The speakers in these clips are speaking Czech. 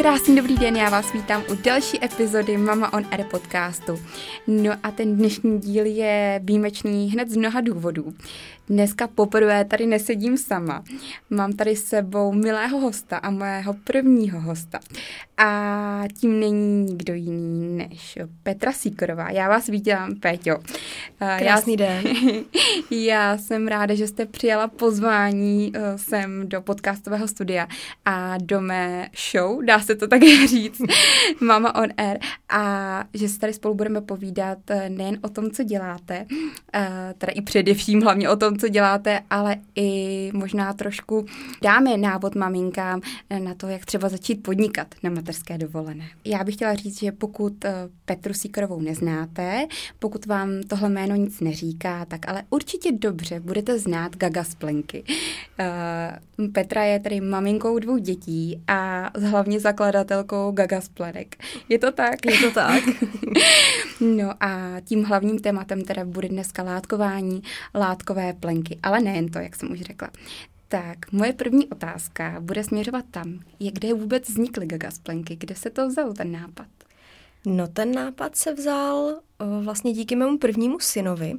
Krásný dobrý den, já vás vítám u další epizody Mama on Air podcastu. No a ten dnešní díl je výjimečný hned z mnoha důvodů. Dneska poprvé tady nesedím sama. Mám tady s sebou milého hosta a mého prvního hosta. A tím není nikdo jiný než Petra Sýkorová. Já vás vítám, Péťo. Krásný den. Já jsem ráda, že jste přijala pozvání sem do podcastového studia a do mé show, dá se to tak říct, Mama on Air, a že se tady spolu budeme povídat nejen o tom, co děláte, teda i především hlavně o tom, co děláte, ale i možná trošku dáme návod maminkám na to, jak třeba začít podnikat na mateřské dovolené. Já bych chtěla říct, že pokud Petru Sýkorovou neznáte, pokud vám tohle jméno nic neříká, tak ale určitě dobře budete znát Gaga z Plenky. Petra je tedy maminkou 2 dětí a hlavně zakladatelkou Gaga z Plenek. Je to tak? Je to tak. No a tím hlavním tématem teda bude dneska látkování, látkové plenky, ale nejen to, jak jsem už řekla. Tak, moje první otázka bude směřovat tam, kde vůbec vznikly Gaga z Plenky, kde se to vzal ten nápad? No, ten nápad se vzal vlastně díky mému prvnímu synovi.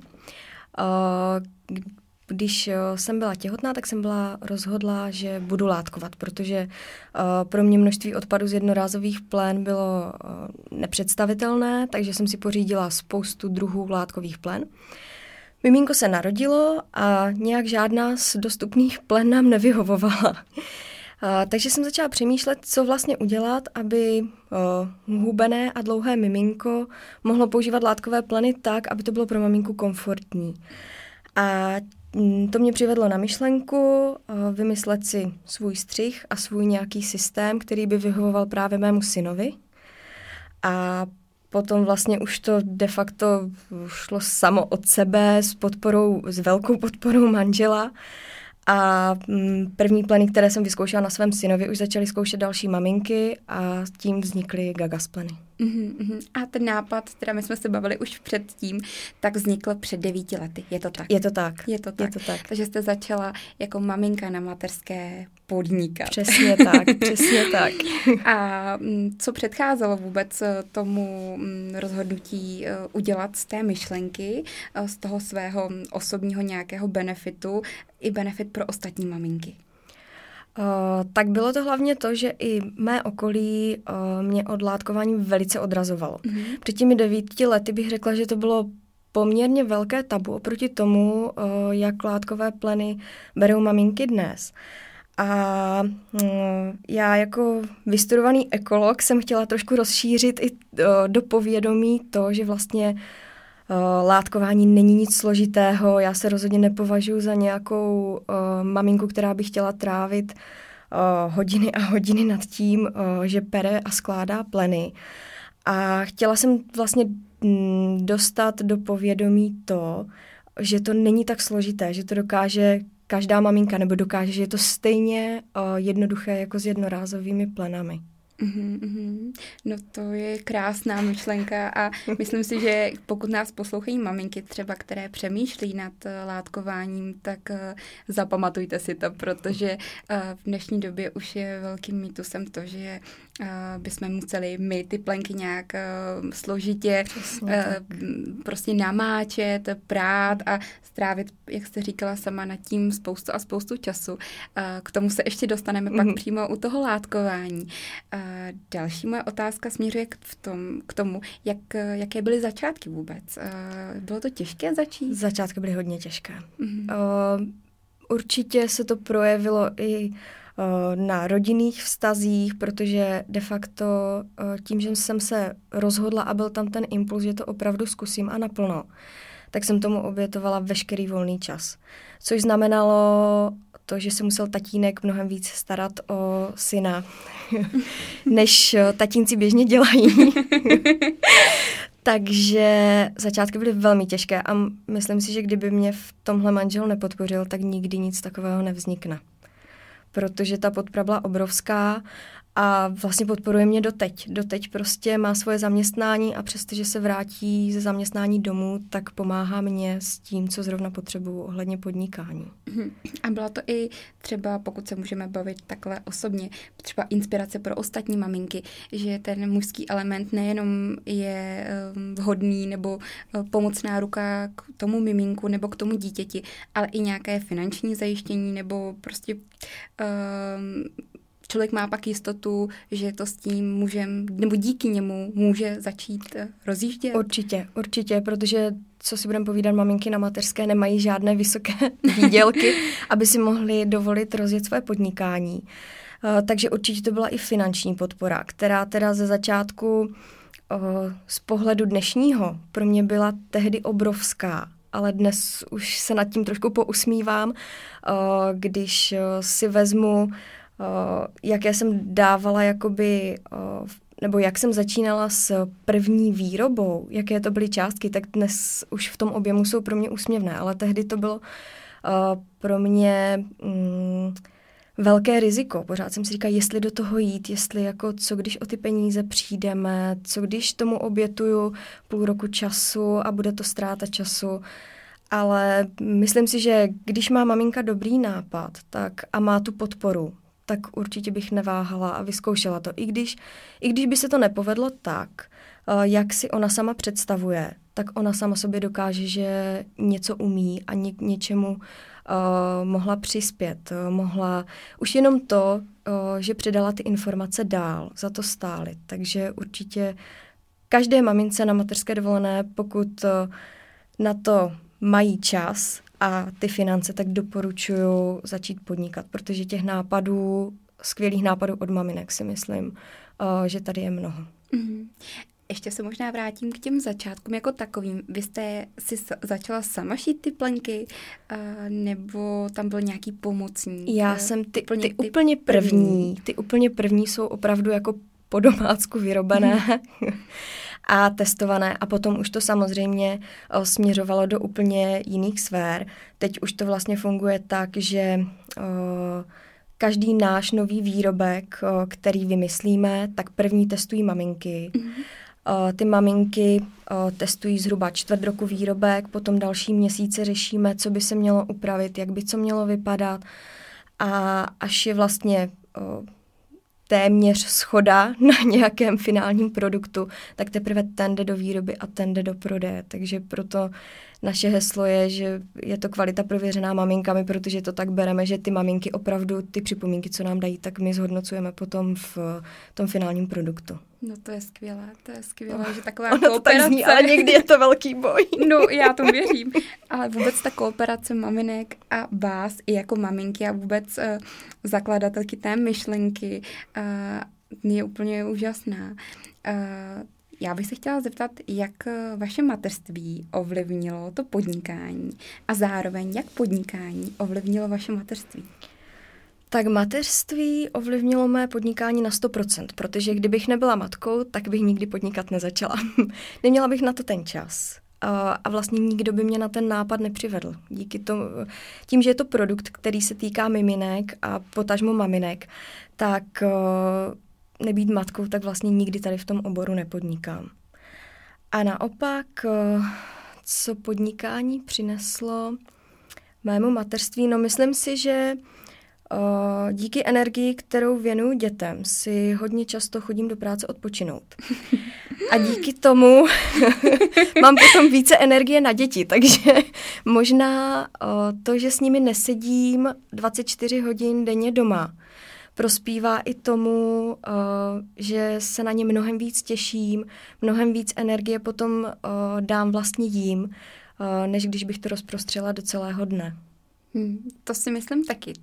Když jsem byla těhotná, tak jsem byla rozhodla, že budu látkovat, protože pro mě množství odpadů z jednorázových plen bylo nepředstavitelné, takže jsem si pořídila spoustu druhů látkových plen. Miminko se narodilo a nějak žádná z dostupných plen nám nevyhovovala. Takže jsem začala přemýšlet, co vlastně udělat, aby hubené a dlouhé miminko mohlo používat látkové pleny tak, aby to bylo pro maminku komfortní. A to mě přivedlo na myšlenku vymyslet si svůj střih a svůj nějaký systém, který by vyhovoval právě mému synovi. A potom vlastně už to de facto šlo samo od sebe s velkou podporou manžela. A první pleny, které jsem vyzkoušela na svém synovi, už začaly zkoušet další maminky a tím vznikly Gaga z Pleny. A ten nápad, teda my jsme se bavili už předtím, tak vznikl před 9 lety. Je to tak? Je to tak. Je to tak. Takže jste začala jako maminka na mateřské podnikat. Přesně tak, přesně tak. A co předcházelo vůbec tomu rozhodnutí udělat z té myšlenky, z toho svého osobního nějakého benefitu, i benefit pro ostatní maminky? Tak bylo to hlavně to, že i mé okolí mě od látkování velice odrazovalo. Před těmi 9 lety bych řekla, že to bylo poměrně velké tabu oproti tomu, jak látkové pleny berou maminky dnes. A já jako vystudovaný ekolog jsem chtěla trošku rozšířit i do povědomí to, že vlastně látkování není nic složitého. Já se rozhodně nepovažuji za nějakou maminku, která by chtěla trávit hodiny a hodiny nad tím, že pere a skládá pleny. A chtěla jsem vlastně dostat do povědomí to, že to není tak složité, že to dokáže každá maminka, nebo dokáže, že je to stejně jednoduché jako s jednorázovými plenami. No to je krásná myšlenka a myslím si, že pokud nás poslouchají maminky třeba, které přemýšlí nad látkováním, tak zapamatujte si to, protože v dnešní době už je velkým mýtusem to, že bychom museli my ty plenky nějak složitě prostě namáčet, prát a strávit, jak jste říkala sama, nad tím spoustu času. K tomu se ještě dostaneme pak přímo u toho látkování. Další moje otázka směřuje k tomu, jaké byly začátky vůbec. Bylo to těžké začít? Začátky byly hodně těžké. Určitě se to projevilo i na rodinných vztazích, protože de facto tím, že jsem se rozhodla a byl tam ten impuls, že to opravdu zkusím a naplno, tak jsem tomu obětovala veškerý volný čas. Což znamenalo to, že se musel tatínek mnohem víc starat o syna, než tatínci běžně dělají. Takže začátky byly velmi těžké a myslím si, že kdyby mě v tomhle manžel nepodpořil, tak nikdy nic takového nevznikne. Protože ta podpora byla obrovská A vlastně podporuje mě doteď. Doteď prostě má svoje zaměstnání a přestože se vrátí ze zaměstnání domů, tak pomáhá mě s tím, co zrovna potřebuju ohledně podnikání. A byla to i třeba, pokud se můžeme bavit takhle osobně, třeba inspirace pro ostatní maminky, že ten mužský element nejenom je vhodný nebo pomocná ruka k tomu miminku nebo k tomu dítěti, ale i nějaké finanční zajištění nebo prostě člověk má pak jistotu, že to s tím mužem, nebo díky němu může začít rozjíždět? Určitě, protože co si budeme povídat, maminky na mateřské nemají žádné vysoké výdělky, aby si mohly dovolit rozjet své podnikání. Takže určitě to byla i finanční podpora, která teda ze začátku z pohledu dnešního pro mě byla tehdy obrovská. Ale dnes už se nad tím trošku pousmívám, když si vezmu, jaké jsem dávala jakoby, nebo jak jsem začínala s první výrobou, jaké to byly částky, tak dnes už v tom objemu jsou pro mě úsměvné, ale tehdy to bylo pro mě velké riziko. Pořád jsem si říkala, jestli do toho jít, jestli jako co když o ty peníze přijdeme, co když tomu obětuju půl roku času a bude to ztráta času. Ale myslím si, že když má maminka dobrý nápad tak a má tu podporu, tak určitě bych neváhala a vyzkoušela to. I když by se to nepovedlo tak, jak si ona sama představuje, tak ona sama sobě dokáže, že něco umí a něčemu mohla přispět. Mohla už jenom to, že předala ty informace dál, za to stáli. Takže určitě každé mamince na mateřské dovolené, pokud na to mají čas a ty finance, tak doporučuju začít podnikat, protože těch nápadů, skvělých nápadů od maminek si myslím, že tady je mnoho. Mm-hmm. Ještě se možná vrátím k těm začátkům jako takovým. Vy jste si začala sama šít ty plenky, nebo tam byl nějaký pomocník? Já jsem ty úplně první jsou opravdu jako po domácku vyrobené a testované a potom už to samozřejmě směřovalo do úplně jiných sfér. Teď už to vlastně funguje tak, že každý náš nový výrobek, který vymyslíme, tak první testují maminky. Ty maminky testují zhruba 1/4 roku výrobek, potom další měsíce řešíme, co by se mělo upravit, jak by co mělo vypadat a až je vlastně téměř shoda na nějakém finálním produktu, tak teprve ten jde do výroby a ten jde do prodeje. Takže proto naše heslo je, že je to kvalita prověřená maminkami, protože to tak bereme, že ty maminky opravdu, ty připomínky, co nám dají, tak my zhodnocujeme potom v tom finálním produktu. No to je skvělé, že taková ono kooperace... to tak zní, ale někdy je to velký boj. No, já to věřím. Ale vůbec ta kooperace maminek a vás i jako maminky a vůbec zakladatelky té myšlenky je úplně úžasná. Já bych se chtěla zeptat, jak vaše mateřství ovlivnilo to podnikání a zároveň jak podnikání ovlivnilo vaše mateřství? Tak mateřství ovlivnilo mé podnikání na 100%, protože kdybych nebyla matkou, tak bych nikdy podnikat nezačala. Neměla bych na to ten čas. A vlastně nikdo by mě na ten nápad nepřivedl. Tím, že je to produkt, který se týká miminek a potažmo maminek, tak nebýt matkou, tak vlastně nikdy tady v tom oboru nepodnikám. A naopak, co podnikání přineslo mému mateřství, no myslím si, že díky energii, kterou věnuju dětem, si hodně často chodím do práce odpočinout. A díky tomu mám potom více energie na děti, takže možná to, že s nimi nesedím 24 hodin denně doma, prospívá i tomu, že se na ně mnohem víc těším, mnohem víc energie potom dám vlastně jim, než když bych to rozprostřela do celého dne. To si myslím taky.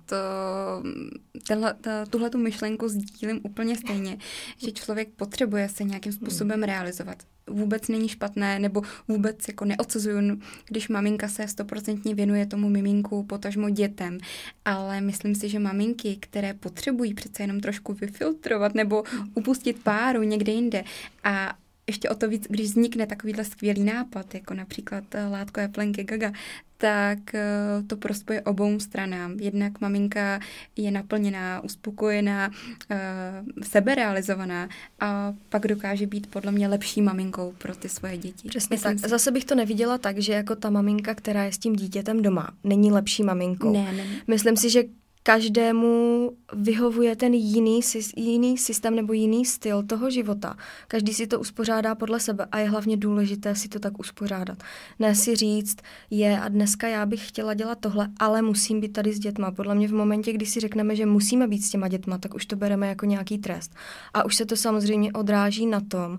Tuhletu myšlenku sdílím úplně stejně, že člověk potřebuje se nějakým způsobem realizovat. Vůbec není špatné, nebo vůbec jako neodsuzuju, když maminka se 100% věnuje tomu miminku, potažmo dětem, ale myslím si, že maminky, které potřebují přece jenom trošku vyfiltrovat nebo upustit páru někde jinde a ještě o to víc, když vznikne takovýhle skvělý nápad, jako například látkové plenky Gaga, tak to prospěje obou stranám. Jednak maminka je naplněná, uspokojená, seberealizovaná a pak dokáže být podle mě lepší maminkou pro ty svoje děti. Přesně tak. Zase bych to neviděla tak, že jako ta maminka, která je s tím dítětem doma, není lepší maminkou. Ne. Myslím si, že každému vyhovuje ten jiný systém nebo jiný styl toho života. Každý si to uspořádá podle sebe a je hlavně důležité si to tak uspořádat. Ne si říct, a dneska já bych chtěla dělat tohle, ale musím být tady s dětma. Podle mě v momentě, kdy si řekneme, že musíme být s těma dětma, tak už to bereme jako nějaký trest. A už se to samozřejmě odráží na tom,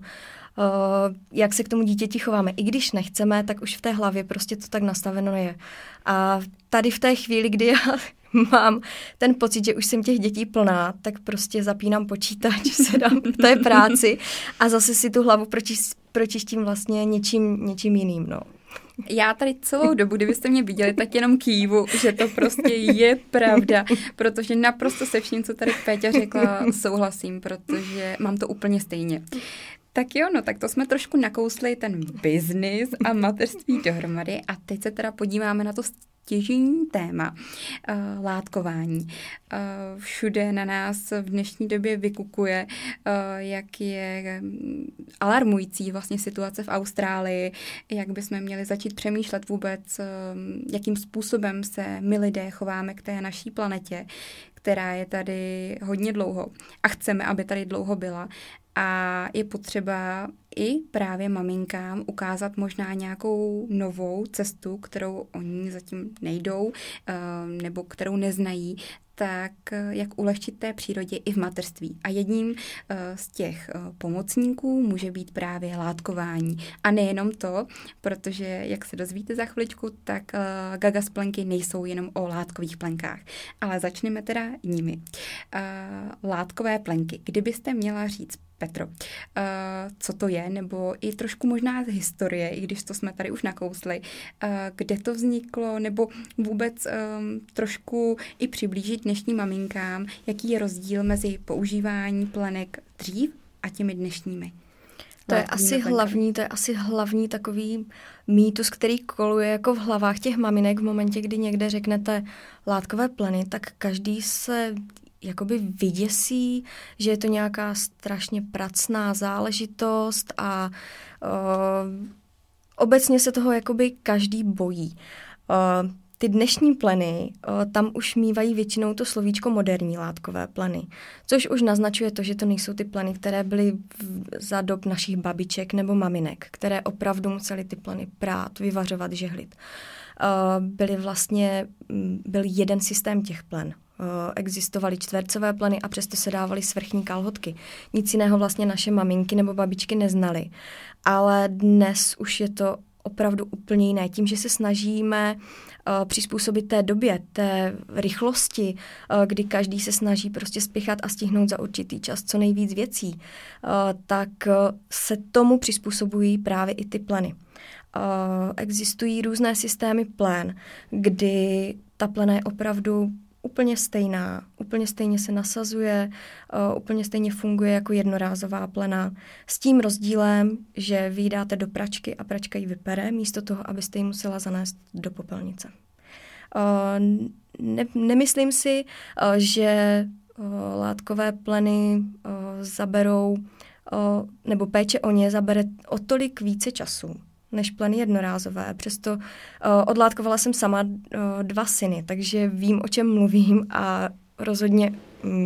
jak se k tomu dítěti chováme. I když nechceme, tak už v té hlavě prostě to tak nastaveno je. A tady v té chvíli, kdy já mám ten pocit, že už jsem těch dětí plná, tak prostě zapínám počítač, sedám v té práci a zase si tu hlavu pročištím vlastně něčím jiným, no. Já tady celou dobu, kdybyste mě viděli, tak jenom kývu, že to prostě je pravda, protože naprosto se vším, co tady Péťa řekla, souhlasím, protože mám to úplně stejně. Tak jo, no tak to jsme trošku nakousli ten biznis a mateřství dohromady a teď se teda podíváme na to stěžejní téma, látkování. Všude na nás v dnešní době vykukuje, jak je alarmující vlastně situace v Austrálii, jak bychom měli začít přemýšlet vůbec, jakým způsobem se my lidé chováme k té naší planetě, která je tady hodně dlouho a chceme, aby tady dlouho byla. A je potřeba i právě maminkám ukázat možná nějakou novou cestu, kterou oni zatím nejdou nebo kterou neznají, tak jak ulehčit té přírodě i v mateřství. A jedním z těch pomocníků může být právě látkování. A nejenom to, protože, jak se dozvíte za chviličku, tak Gagas plenky nejsou jenom o látkových plenkách. Ale začneme teda nimi. Látkové plenky. Kdybyste měla říct, Petro, co to je, nebo i trošku možná z historie, i když to jsme tady už nakousli, kde to vzniklo, nebo vůbec trošku i přiblížit dnešním maminkám, jaký je rozdíl mezi používání plenek dřív a těmi dnešními. To je asi hlavní takový mýtus, který koluje jako v hlavách těch maminek v momentě, kdy někde řeknete látkové pleny, tak každý se jakoby vyděsí, že je to nějaká strašně pracná záležitost a obecně se toho jakoby každý bojí. Ty dnešní pleny, tam už mívají většinou to slovíčko moderní látkové pleny, což už naznačuje to, že to nejsou ty pleny, které byly za dob našich babiček nebo maminek, které opravdu museli ty pleny prát, vyvařovat, žehlit. Byl jeden systém těch plen. Existovaly čtvercové pleny a přesto se dávaly svrchní kalhotky. Nic jiného vlastně naše maminky nebo babičky neznaly. Ale dnes už je to opravdu úplně jiné. Tím, že se snažíme přizpůsobit té době, té rychlosti, kdy každý se snaží prostě spěchat a stihnout za určitý čas co nejvíc věcí, tak se tomu přizpůsobují právě i ty pleny. Existují různé systémy plen, kdy ta plena je opravdu úplně stejná, úplně stejně se nasazuje, úplně stejně funguje jako jednorázová plena. S tím rozdílem, že vy ji dáte do pračky a pračka ji vypere, místo toho, abyste ji musela zanést do popelnice. Nemyslím si, že látkové pleny zaberou, nebo péče o ně zabere o tolik více času než pleny jednorázové. Přesto odlátkovala jsem sama 2 syny, takže vím, o čem mluvím a rozhodně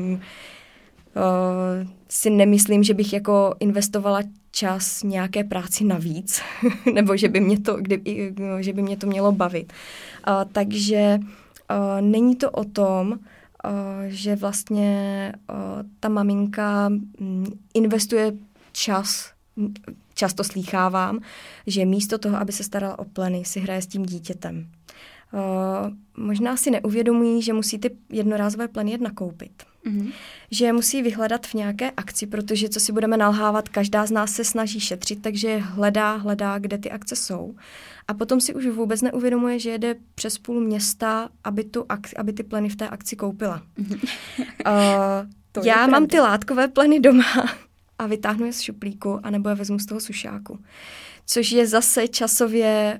si nemyslím, že bych jako investovala čas nějaké práci navíc, nebo že by mě to mělo bavit. Takže není to o tom, že vlastně ta maminka investuje čas. Často slýchávám, že místo toho, aby se starala o pleny, si hraje s tím dítětem. Možná si neuvědomují, že musí ty jednorázové pleny jet nakoupit. Mm-hmm. Že je musí vyhledat v nějaké akci, protože co si budeme nalhávat, každá z nás se snaží šetřit, takže hledá, kde ty akce jsou. A potom si už vůbec neuvědomuje, že jede přes půl města, aby ty pleny v té akci koupila. Já mám ty látkové pleny doma a vytáhnu je z šuplíku, anebo je vezmu z toho sušáku. Což je zase časově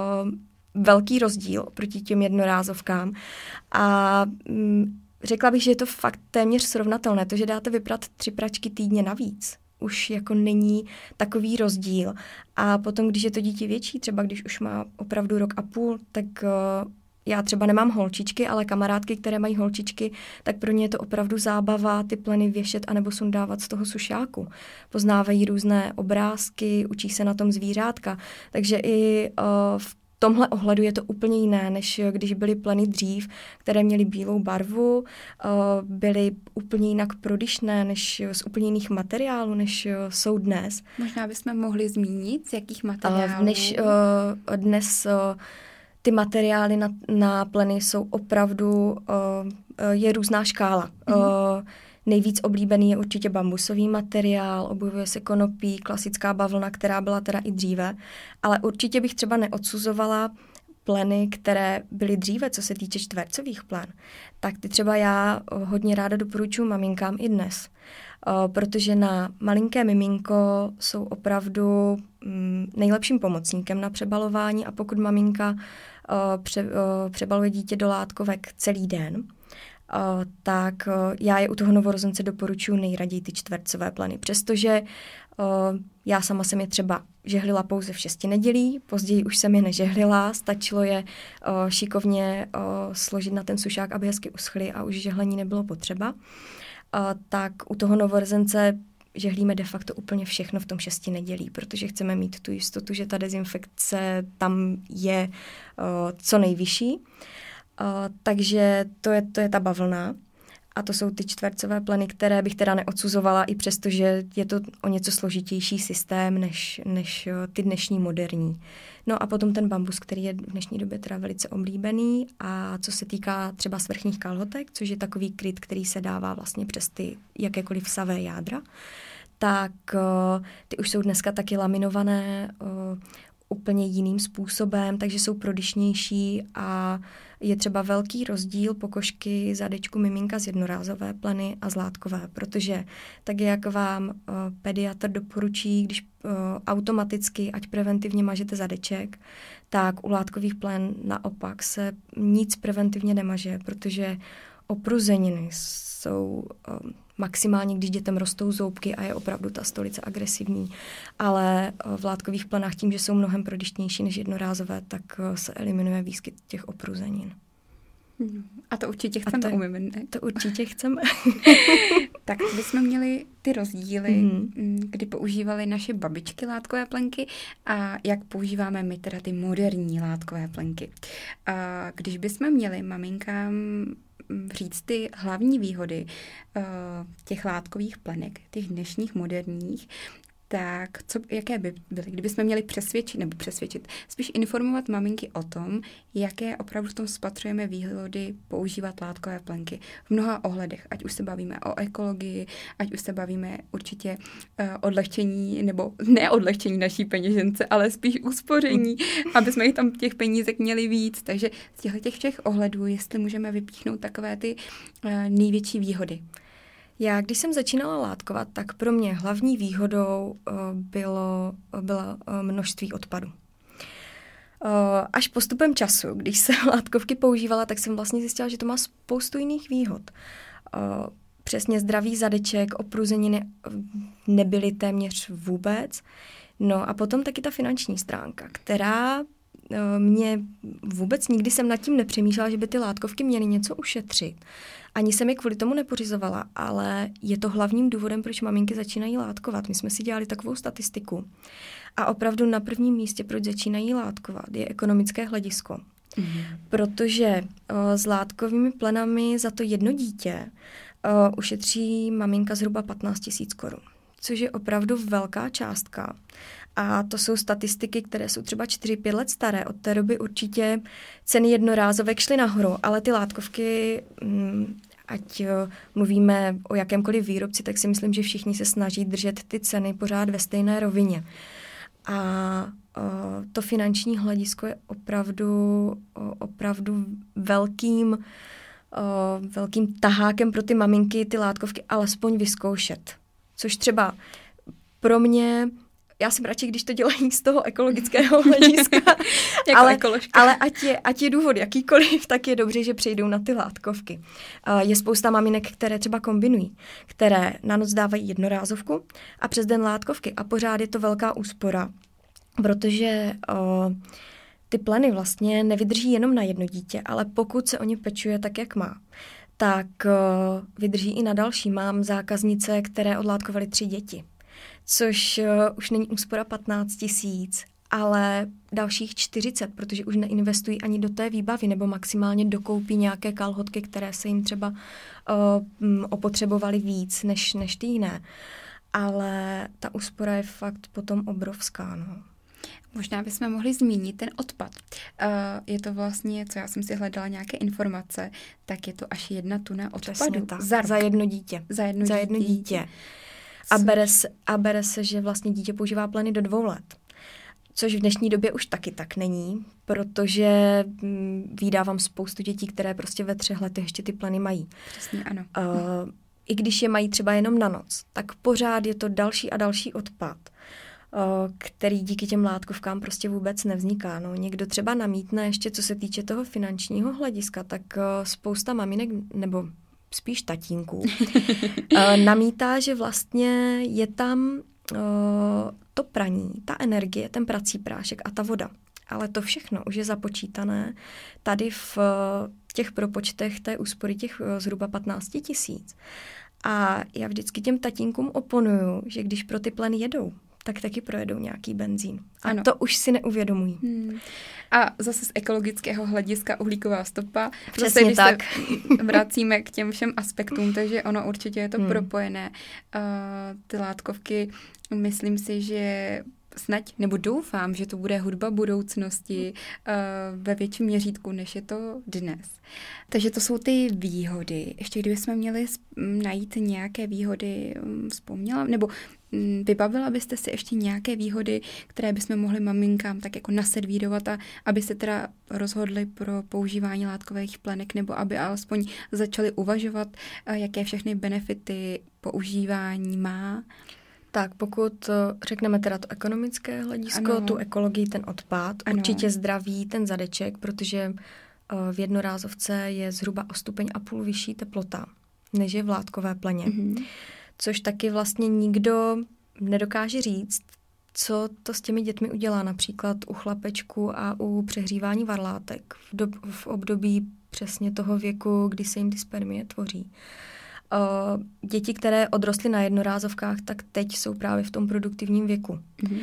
velký rozdíl proti těm jednorázovkám. A řekla bych, že je to fakt téměř srovnatelné. To, že dáte vyprat 3 pračky týdně navíc, už jako není takový rozdíl. A potom, když je to dítě větší, třeba když už má opravdu 1,5 roku, tak já třeba nemám holčičky, ale kamarádky, které mají holčičky, tak pro ně je to opravdu zábava ty pleny věšet anebo sundávat z toho sušáku. Poznávají různé obrázky, učí se na tom zvířátka. Takže i v tomhle ohledu je to úplně jiné, než když byly pleny dřív, které měly bílou barvu, byly úplně jinak prodyšné, než z úplně jiných materiálů, než jsou dnes. Možná bychom mohli zmínit, z jakých materiálů? Dnes ty materiály na pleny jsou opravdu, je různá škála. Nejvíc oblíbený je určitě bambusový materiál, objevuje se konopí, klasická bavlna, která byla teda i dříve, ale určitě bych třeba neodsuzovala pleny, které byly dříve, co se týče čtvercových plen. Tak ty třeba já hodně ráda doporučuji maminkám i dnes, protože na malinké miminko jsou opravdu nejlepším pomocníkem na přebalování a pokud maminka přebaluje dítě do látkovek celý den, tak já je u toho novorozence doporučuji nejraději ty čtvercové pleny, přestože já sama jsem je třeba žehlila pouze v 6 nedělí, později už jsem je nežehlila, stačilo je šikovně složit na ten sušák, aby hezky uschly a už žehlení nebylo potřeba. Tak u toho novorozence žehlíme de facto úplně všechno v tom 6 nedělí, protože chceme mít tu jistotu, že ta dezinfekce tam je co nejvyšší. Takže to je ta bavlna a to jsou ty čtvercové pleny, které bych teda neodsuzovala, i přesto, že je to o něco složitější systém než ty dnešní moderní. No a potom ten bambus, který je v dnešní době teda velice oblíbený a co se týká třeba svrchních kalhotek, což je takový kryt, který se dává vlastně přes ty jakékoliv vsavé jádra, tak ty už jsou dneska taky laminované úplně jiným způsobem, takže jsou prodyšnější a je třeba velký rozdíl pokožky zadečku miminka z jednorázové pleny a z látkové, protože tak, jak vám pediatr doporučí, když automaticky, ať preventivně mažete zadeček, tak u látkových plen naopak se nic preventivně nemaže, protože opruzeniny jsou maximálně, když dětem rostou zoubky a je opravdu ta stolice agresivní. Ale v látkových plenách tím, že jsou mnohem prodyšnější než jednorázové, tak se eliminuje výskyt těch opruzenin. A to určitě chceme u miminek. To určitě chceme. Tak bychom měli ty rozdíly, kdy používali naše babičky látkové plenky a jak používáme my teda ty moderní látkové plenky. A když bychom měli maminkám říct ty hlavní výhody těch látkových plenek, těch dnešních moderních, tak jaké by byly, kdybychom měli přesvědčit, spíš informovat maminky o tom, jaké opravdu v tom spatřujeme výhody používat látkové plenky v mnoha ohledech, ať už se bavíme o ekologii, ať už se bavíme určitě odlehčení, nebo ne odlehčení naší peněžence, ale spíš uspoření, aby jsme jich tam těch penízek měli víc. Takže z těch všech ohledů, jestli můžeme vypíchnout takové ty největší výhody. Já, když jsem začínala látkovat, tak pro mě hlavní výhodou bylo množství odpadu. Až postupem času, když jsem látkovky používala, tak jsem vlastně zjistila, že to má spoustu jiných výhod. Přesně zdravý zadeček, opruzeniny nebyly téměř vůbec. No a potom taky ta finanční stránka, která mě vůbec nikdy jsem nad tím nepřemýšlela, že by ty látkovky měly něco ušetřit. Ani jsem je kvůli tomu nepořizovala, ale je to hlavním důvodem, proč maminky začínají látkovat. My jsme si dělali takovou statistiku. A opravdu na prvním místě, proč začínají látkovat, je ekonomické hledisko. Protože s látkovými plenami za to jedno dítě ušetří maminka zhruba 15 000 korun, což je opravdu velká částka. A to jsou statistiky, které jsou třeba 4-5 let staré. Od té doby určitě ceny jednorázovek šly nahoru, ale ty látkovky, ať mluvíme o jakémkoliv výrobci, tak si myslím, že všichni se snaží držet ty ceny pořád ve stejné rovině. A to finanční hledisko je opravdu velkým tahákem pro ty maminky ty látkovky alespoň vyzkoušet. Což třeba pro mě, já jsem radši, když to dělají z toho ekologického hlediska, ale ať je důvod jakýkoliv, tak je dobře, že přejdou na ty látkovky. Je spousta maminek, které třeba kombinují, které na noc dávají jednorázovku a přes den látkovky a pořád je to velká úspora, protože ty pleny vlastně nevydrží jenom na jedno dítě, ale pokud se o ně pečuje tak, jak má, tak vydrží i na další. Mám zákaznice, které odlátkovaly 3 děti, což už není úspora 15 000, ale dalších 40, protože už neinvestují ani do té výbavy, nebo maximálně dokoupí nějaké kalhotky, které se jim třeba opotřebovaly víc než ty jiné. Ale ta úspora je fakt potom obrovská, no. Možná bychom mohli zmínit ten odpad. Je to vlastně, co já jsem si hledala nějaké informace, tak je to až 1 tuna odpadu. Za jedno dítě. Za jedno dítě. A bere se, že vlastně dítě používá pleny do 2 let. Což v dnešní době už taky tak není, protože vídávám spoustu dětí, které prostě ve 3 letech ještě ty pleny mají. Přesně, ano. I když je mají třeba jenom na noc, tak pořád je to další a další odpad, který díky těm látkovkám prostě vůbec nevzniká. No, někdo třeba namítne ještě, co se týče toho finančního hlediska, tak spousta maminek, nebo spíš tatínků, namítá, že vlastně je tam to praní, ta energie, ten prací prášek a ta voda. Ale to všechno už je započítané tady v těch propočtech té úspory těch zhruba 15 000. A já vždycky těm tatínkům oponuju, že když pro ty pleny jedou, tak taky projedou nějaký benzín. A ano. To už si neuvědomují. A zase z ekologického hlediska uhlíková stopa. Přesně zase, tak. Se vracíme k těm všem aspektům, takže ono určitě je to propojené. Ty látkovky, myslím si, že snad, nebo doufám, že to bude hudba budoucnosti ve větším měřítku, než je to dnes. Takže to jsou ty výhody. Ještě kdybychom měli najít nějaké výhody, vzpomněla, nebo vybavila byste si ještě nějaké výhody, které bychom mohli maminkám tak jako naservírovat a aby se teda rozhodli pro používání látkových plenek, nebo aby alespoň začali uvažovat, jaké všechny benefity používání má? Tak pokud řekneme teda to ekonomické hledisko, tu ekologii, ten odpad, určitě zdraví, ten zadeček, protože v jednorázovce je zhruba o 1,5 stupně vyšší teplota, než je v látkové pleně. Což taky vlastně nikdo nedokáže říct, co to s těmi dětmi udělá, například u chlapečku a u přehřívání varlátek v období přesně toho věku, kdy se jim ty spermie tvoří. Děti, které odrostly na jednorázovkách, tak teď jsou právě v tom produktivním věku.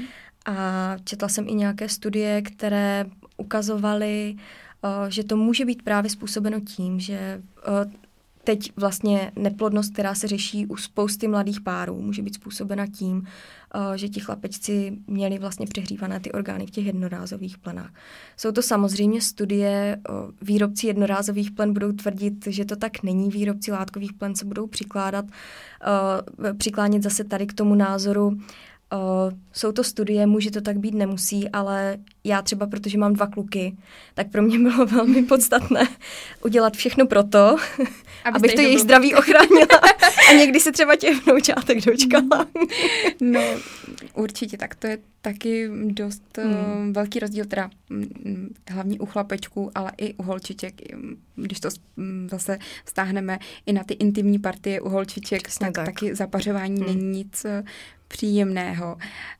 A četla jsem i nějaké studie, které ukazovaly, že to může být právě způsobeno tím, že teď vlastně neplodnost, která se řeší u spousty mladých párů, může být způsobena tím, že ti chlapečci měli vlastně přehřívané ty orgány v těch jednorázových plenách. Jsou to samozřejmě studie, výrobci jednorázových plen budou tvrdit, že to tak není, výrobci látkových plen se budou přiklánět zase tady k tomu názoru. Jsou to studie, může to tak být, nemusí, ale já třeba, protože mám 2 kluky, tak pro mě bylo velmi podstatné udělat všechno pro to, abych to jejich zdraví ochránila a někdy se třeba těch vnoučátek dočkala. No, určitě, tak to je taky dost velký rozdíl, teda hlavně u chlapečků, ale i u holčiček, když to zase vztáhneme i na ty intimní partie u holčiček, tak taky zapařování není nic příjemného.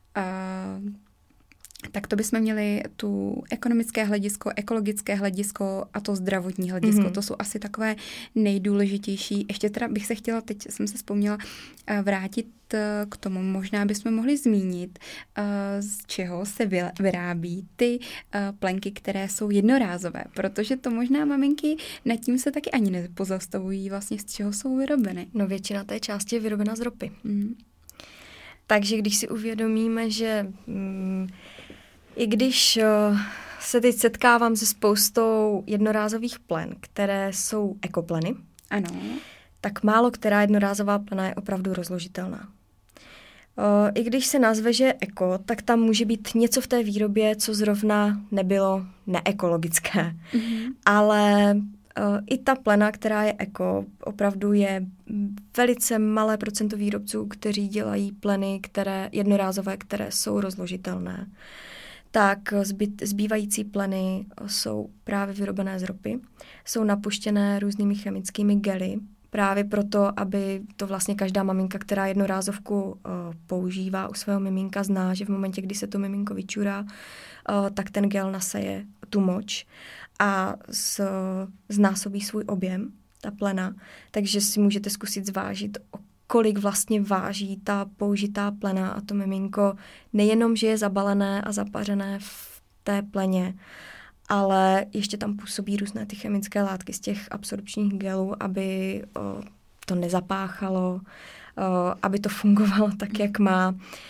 Tak to bychom měli tu ekonomické hledisko, ekologické hledisko a to zdravotní hledisko. To jsou asi takové nejdůležitější. Ještě teda bych se chtěla, teď jsem se vzpomněla, vrátit k tomu. Možná bychom mohli zmínit, z čeho se vyrábí ty plenky, které jsou jednorázové, protože to možná maminky nad tím se taky ani nepozastavují vlastně, z čeho jsou vyrobeny. No, většina té části je vyrobena z ropy. Takže když si uvědomíme, že i když se teď setkávám se spoustou jednorázových plen, které jsou ekopleny, tak málo která jednorázová plena je opravdu rozložitelná. I když se nazve, že je eko, tak tam může být něco v té výrobě, co zrovna nebylo neekologické. Ale I ta plena, která je eko, opravdu je velice malé procento výrobců, kteří dělají pleny, jednorázové, které jsou rozložitelné. Tak zbývající pleny jsou právě vyrobené z ropy, jsou napuštěné různými chemickými gely, právě proto, aby to vlastně každá maminka, která jednorázovku používá u svého miminka, zná, že v momentě, kdy se to miminko vyčurá, tak ten gel naseje tu moč a znásobí svůj objem, ta plena. Takže si můžete zkusit zvážit, kolik vlastně váží ta použitá plena a to miminko nejenom, že je zabalené a zapařené v té pleně, ale ještě tam působí různé ty chemické látky z těch absorpčních gelů, aby to nezapáchalo, aby to fungovalo tak, jak má.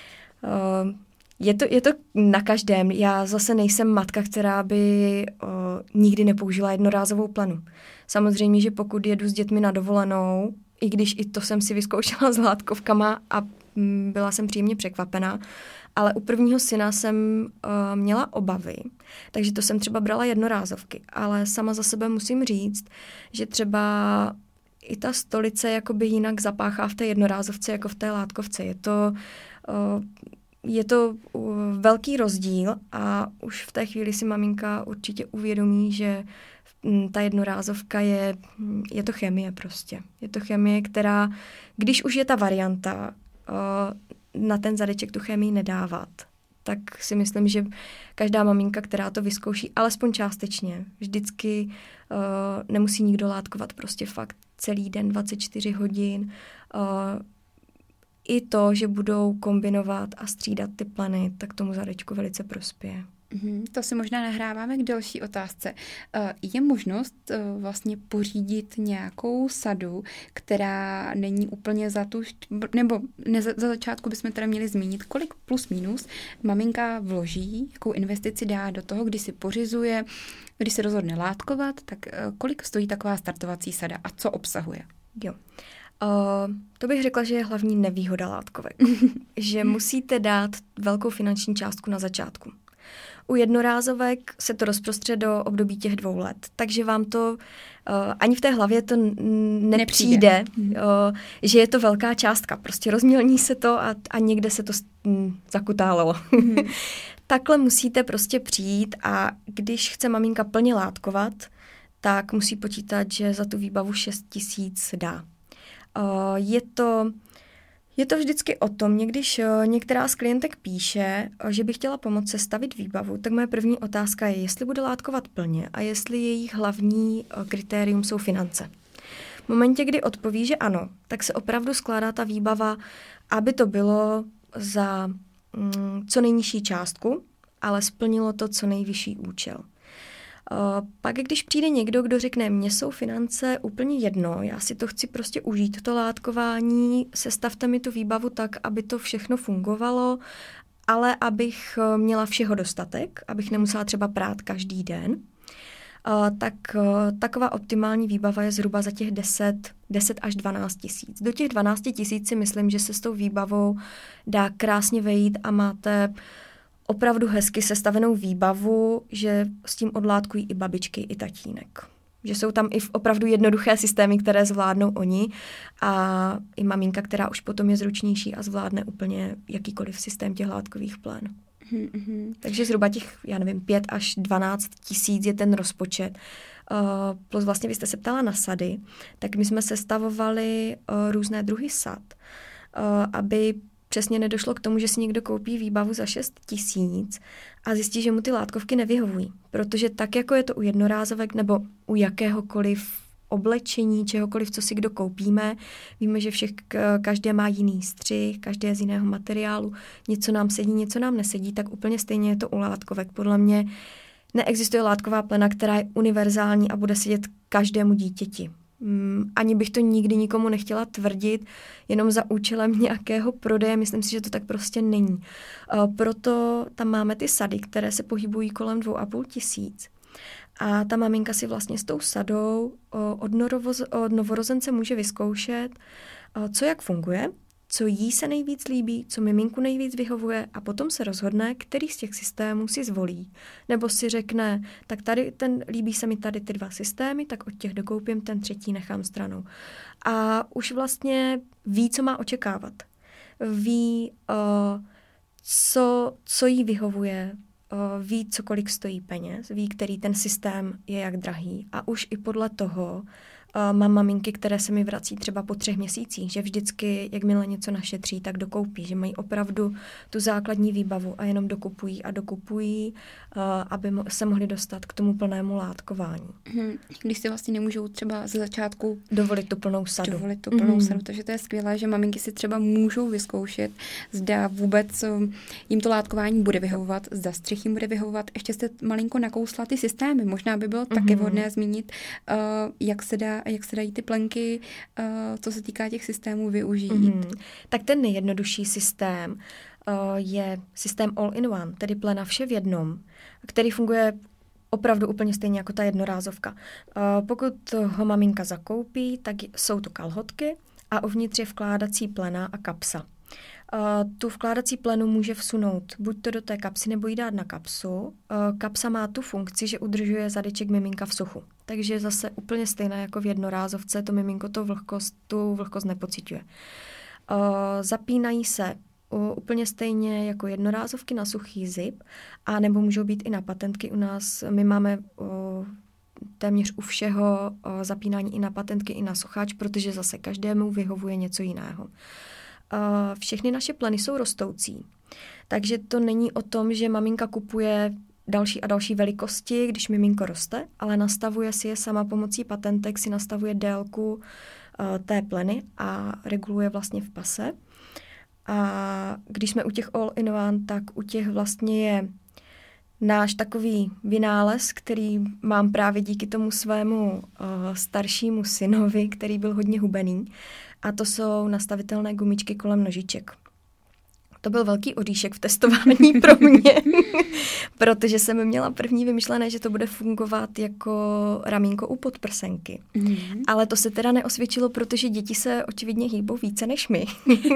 Je to na každém. Já zase nejsem matka, která by nikdy nepoužila jednorázovou plenu. Samozřejmě, že pokud jedu s dětmi na dovolenou, i když i to jsem si vyzkoušela s látkovkama a byla jsem příjemně překvapená, ale u prvního syna jsem měla obavy, takže to jsem třeba brala jednorázovky, ale sama za sebe musím říct, že třeba i ta stolice jakoby jinak zapáchá v té jednorázovce jako v té látkovce. Je to velký rozdíl a už v té chvíli si maminka určitě uvědomí, že ta jednorázovka je to chemie prostě. Je to chemie, která, když už je ta varianta na ten zadeček tu chemii nedávat, tak si myslím, že každá maminka, která to vyzkouší, alespoň částečně, vždycky nemusí nikdo látkovat prostě fakt celý den, 24 hodin. I to, že budou kombinovat a střídat ty pleny, tak tomu zadečku velice prospěje. To si možná nahráváme k další otázce. Je možnost vlastně pořídit nějakou sadu, která není úplně nebo za začátku bychom teda měli zmínit, kolik plus minus maminka vloží, jakou investici dá do toho, když si pořizuje, když se rozhodne látkovat, tak kolik stojí taková startovací sada a co obsahuje? Jo. To bych řekla, že je hlavní nevýhoda látkovek. Že musíte dát velkou finanční částku na začátku. U jednorázovek se to rozprostře do období těch 2 let, takže vám to ani v té hlavě to nepřijde, že je to velká částka. Prostě rozmělní se to a někde se to zakutálo. Takhle musíte prostě přijít a když chce maminka plně látkovat, tak musí počítat, že za tu výbavu 6 000 dá. Je to vždycky o tom, když některá z klientek píše, že by chtěla pomoct sestavit výbavu, tak moje první otázka je, jestli bude látkovat plně a jestli jejich hlavní kritérium jsou finance. V momentě, kdy odpoví, že ano, tak se opravdu skládá ta výbava, aby to bylo za co nejnižší částku, ale splnilo to co nejvyšší účel. Pak, když přijde někdo, kdo řekne, mně jsou finance úplně jedno, já si to chci prostě užít, to látkování, sestavte mi tu výbavu tak, aby to všechno fungovalo, ale abych měla všeho dostatek, abych nemusela třeba prát každý den, tak taková optimální výbava je zhruba za těch 10 až 12 tisíc. Do těch 12 tisíc si myslím, že se s tou výbavou dá krásně vejít a máte opravdu hezky sestavenou výbavu, že s tím odlátkují i babičky, i tatínek. Že jsou tam i opravdu jednoduché systémy, které zvládnou oni a i maminka, která už potom je zručnější a zvládne úplně jakýkoliv systém těch látkových plén. Takže zhruba těch, 5 až 12 tisíc je ten rozpočet. Plus vlastně vy jste se ptala na sady, tak my jsme sestavovali různé druhy sad, aby přesně nedošlo k tomu, že si někdo koupí výbavu za 6 000 a zjistí, že mu ty látkovky nevyhovují. Protože tak, jako je to u jednorázovek nebo u jakéhokoliv oblečení, čehokoliv, co si kdo koupíme, víme, že každé má jiný střih, každé je z jiného materiálu, něco nám sedí, něco nám nesedí, tak úplně stejně je to u látkovek. Podle mě neexistuje látková plena, která je univerzální a bude sedět každému dítěti. Ani bych to nikdy nikomu nechtěla tvrdit, jenom za účelem nějakého prodeje, myslím si, že to tak prostě není. Proto tam máme ty sady, které se pohybují kolem 2 500. A ta maminka si vlastně s tou sadou od novorozence může vyzkoušet, co jak funguje, co jí se nejvíc líbí, co miminku nejvíc vyhovuje a potom se rozhodne, který z těch systémů si zvolí. Nebo si řekne, tak tady líbí se mi tady ty 2 systémy, tak od těch dokoupím, ten 3. nechám stranou. A už vlastně ví, co má očekávat. Ví, co jí vyhovuje, ví, co kolik stojí peněz, ví, který ten systém je jak drahý a už i podle toho mám maminky, které se mi vrací třeba po 3 měsících, že vždycky, jakmile něco našetří, tak dokoupí, že mají opravdu tu základní výbavu a jenom dokupují, aby se mohli dostat k tomu plnému látkování. Když si vlastně nemůžou třeba ze začátku dovolit tu plnou sadu. Takže to je skvělé, že maminky si třeba můžou vyzkoušet, zda vůbec jim to látkování bude vyhovovat, zda střih jim bude vyhovovat. Ještě jste malinko nakousla ty systémy. Možná by bylo také vhodné zmínit, jak se dají ty plenky, co se týká těch systémů, využít. Tak ten nejjednodušší systém je systém all-in-one, tedy plena vše v jednom, který funguje opravdu úplně stejně jako ta jednorázovka. Pokud ho maminka zakoupí, tak jsou to kalhotky a uvnitř je vkládací plena a kapsa. Tu vkládací plenu může vsunout buď to do té kapsy, nebo ji dát na kapsu. Kapsa má tu funkci, že udržuje zadeček miminka v suchu. Takže zase úplně stejné jako v jednorázovce, to miminko tu vlhkost nepociťuje. Zapínají se úplně stejně jako jednorázovky na suchý zip, a nebo můžou být i na patentky u nás. My máme téměř u všeho zapínání i na patentky, i na sucháč, protože zase každému vyhovuje něco jiného. Všechny naše pleny jsou rostoucí, takže to není o tom, že maminka kupuje další a další velikosti, když miminko roste, ale nastavuje si je sama pomocí patentek, si nastavuje délku té pleny a reguluje vlastně v pase. A když jsme u těch all-in-one, tak u těch vlastně je náš takový vynález, který mám právě díky tomu svému staršímu synovi, který byl hodně hubený. A to jsou nastavitelné gumičky kolem nožiček. To byl velký oříšek v testování pro mě, protože jsem měla první vymyšlené, že to bude fungovat jako ramínko u podprsenky. Ale to se teda neosvědčilo, protože děti se očividně hýbou více než my.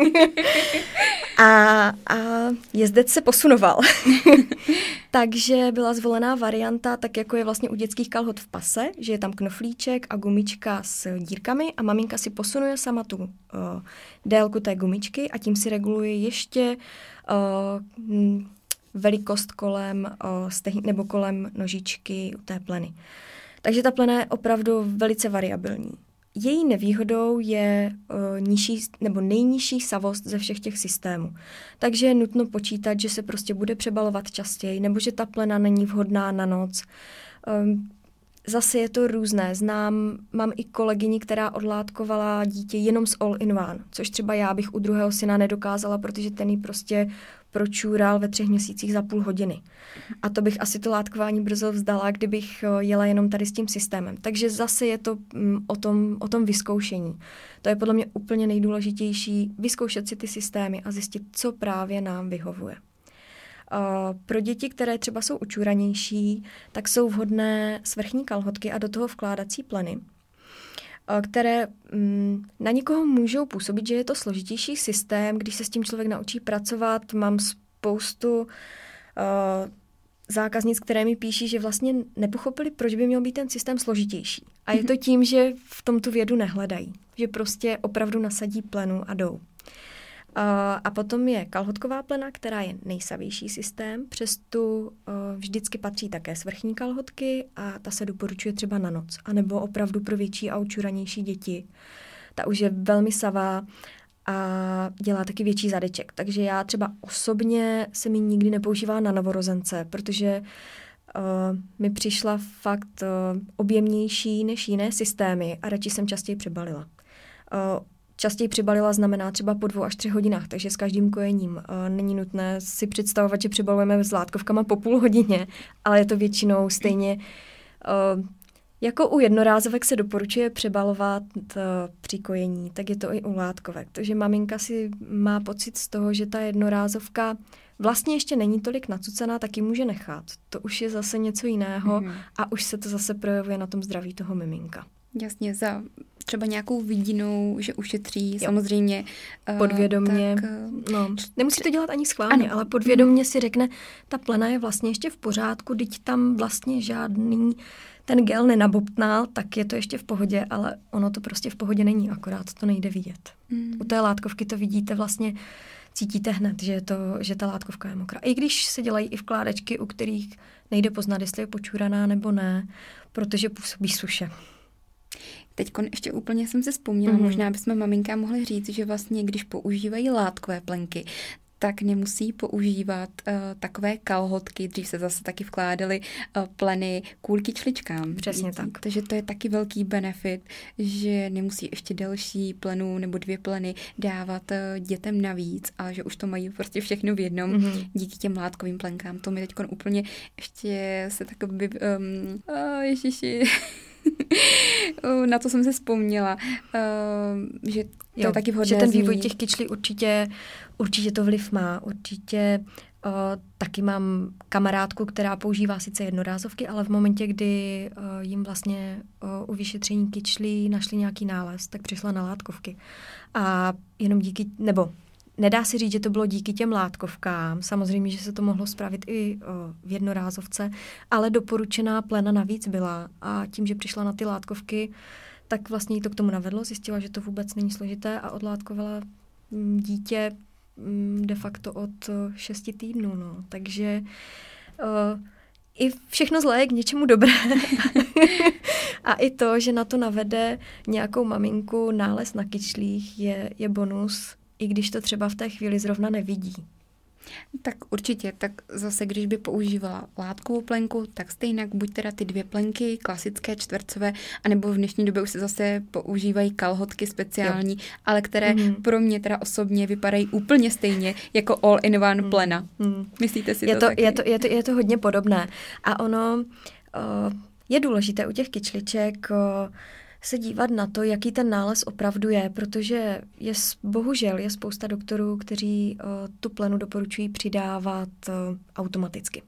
a jezdec se posunoval. Takže byla zvolená varianta, tak jako je vlastně u dětských kalhot v pase, že je tam knoflíček a gumička s dírkami a maminka si posunuje sama tu délku té gumičky a tím si reguluje ještě velikost kolem nebo kolem nožičky u té pleny. Takže ta plena je opravdu velice variabilní. Její nevýhodou je nižší nebo nejnižší savost ze všech těch systémů. Takže je nutno počítat, že se prostě bude přebalovat častěji, nebo že ta plena není vhodná na noc. Zase je to různé. Mám i kolegyni, která odlátkovala dítě jenom s all-in-one, což třeba já bych u druhého syna nedokázala, protože ten ji prostě pročůral ve 3 měsících za půl hodiny. A to bych asi to látkování brzo vzdala, kdybych jela jenom tady s tím systémem. Takže zase je to o tom vyzkoušení. To je podle mě úplně nejdůležitější, vyzkoušet si ty systémy a zjistit, co právě nám vyhovuje. Pro děti, které třeba jsou učuranější, tak jsou vhodné svrchní kalhotky a do toho vkládací pleny, které na někoho můžou působit, že je to složitější systém, když se s tím člověk naučí pracovat. Mám spoustu zákaznic, které mi píší, že vlastně nepochopili, proč by měl být ten systém složitější. A je to tím, že v tom tu vědu nehledají, že prostě opravdu nasadí plenu a jdou. A potom je kalhotková plena, která je nejsavější systém, přes tu vždycky patří také svrchní kalhotky a ta se doporučuje třeba na noc, anebo opravdu pro větší a učuranější děti. Ta už je velmi savá a dělá taky větší zadeček. Takže já třeba osobně se mi nikdy nepoužívá na novorozence, protože mi přišla fakt objemnější než jiné systémy a radši jsem častěji přebalila. Častěji přibalila znamená třeba po 2 až 3 hodinách, takže s každým kojením není nutné si představovat, že přibalujeme s látkovkama po půl hodině, ale je to většinou stejně. Jako u jednorázovek se doporučuje přebalovat při kojení, tak je to i u látkovek. Takže maminka si má pocit z toho, že ta jednorázovka vlastně ještě není tolik nacucená, tak ji může nechat. To už je zase něco jiného a už se to zase projevuje na tom zdraví toho miminka. Jasně, za třeba nějakou vidinou, že ušetří, samozřejmě. Podvědomě. Nemusí to dělat ani schválně, ale podvědomě si řekne, ta plena je vlastně ještě v pořádku, teď tam vlastně žádný ten gel nenabobtnal, tak je to ještě v pohodě, ale ono to prostě v pohodě není, akorát to nejde vidět. U té látkovky to vidíte vlastně, cítíte hned, že ta látkovka je mokrá. I když se dělají i vkládačky, u kterých nejde poznat, jestli je počuraná nebo ne, protože působí suše. Teďkon ještě úplně jsem si vzpomněla, možná bychom maminkám mohli říct, že vlastně, když používají látkové plenky, tak nemusí používat takové kalhotky, dřív se zase taky vkládaly pleny kvůli kyčličkám. Přesně tak. Takže to je taky velký benefit, že nemusí ještě další plenu nebo 2 pleny dávat dětem navíc, ale že už to mají prostě všechno v jednom díky těm látkovým plenkám. To mi teďkon úplně ještě se takový ježiši... Na to jsem se vzpomněla, že to je taky vhodné že ten vývoj těch kyčlí určitě to vliv má. Určitě taky mám kamarádku, která používá sice jednorázovky, ale v momentě, kdy jim vlastně u vyšetření kyčlí našli nějaký nález, tak přišla na látkovky. A jenom nedá se říct, že to bylo díky těm látkovkám. Samozřejmě, že se to mohlo spravit i v jednorázovce, ale doporučená plena navíc byla. A tím, že přišla na ty látkovky, tak vlastně jí to k tomu navedlo. Zjistila, že to vůbec není složité a odlátkovala dítě de facto od 6 týdnů. No. Takže i všechno zlé je k něčemu dobré. A i to, že na to navede nějakou maminku nález na kyčlích, je bonus, i když to třeba v té chvíli zrovna nevidí. Tak určitě, tak zase, když by používala látkovou plenku, tak stejně buď teda ty 2 plenky, klasické čtvercové, anebo v dnešní době už se zase používají kalhotky speciální, ale které pro mě teda osobně vypadají úplně stejně jako all-in-one plena. Myslíte si to taky? Je to hodně podobné. A ono je důležité u těch kyčliček se dívat na to, jaký ten nález opravdu je, protože bohužel je spousta doktorů, kteří tu plenu doporučují přidávat automaticky.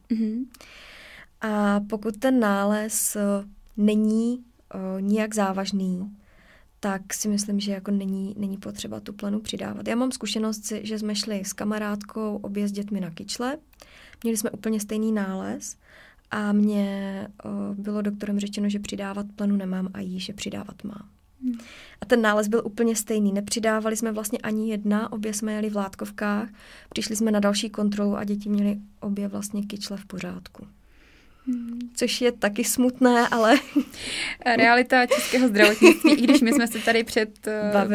A pokud ten nález není nijak závažný, tak si myslím, že jako není potřeba tu plenu přidávat. Já mám zkušenost, že jsme šli s kamarádkou obě s dětmi na kyčle, měli jsme úplně stejný nález, a mně bylo doktorem řečeno, že přidávat plenu nemám a jí, že přidávat mám. A ten nález byl úplně stejný. Nepřidávali jsme vlastně ani jedna, obě jsme jeli v látkovkách, přišli jsme na další kontrolu a děti měly obě vlastně kyčle v pořádku. Což je taky smutné, ale... Realita českého zdravotnictví, i když my jsme se tady před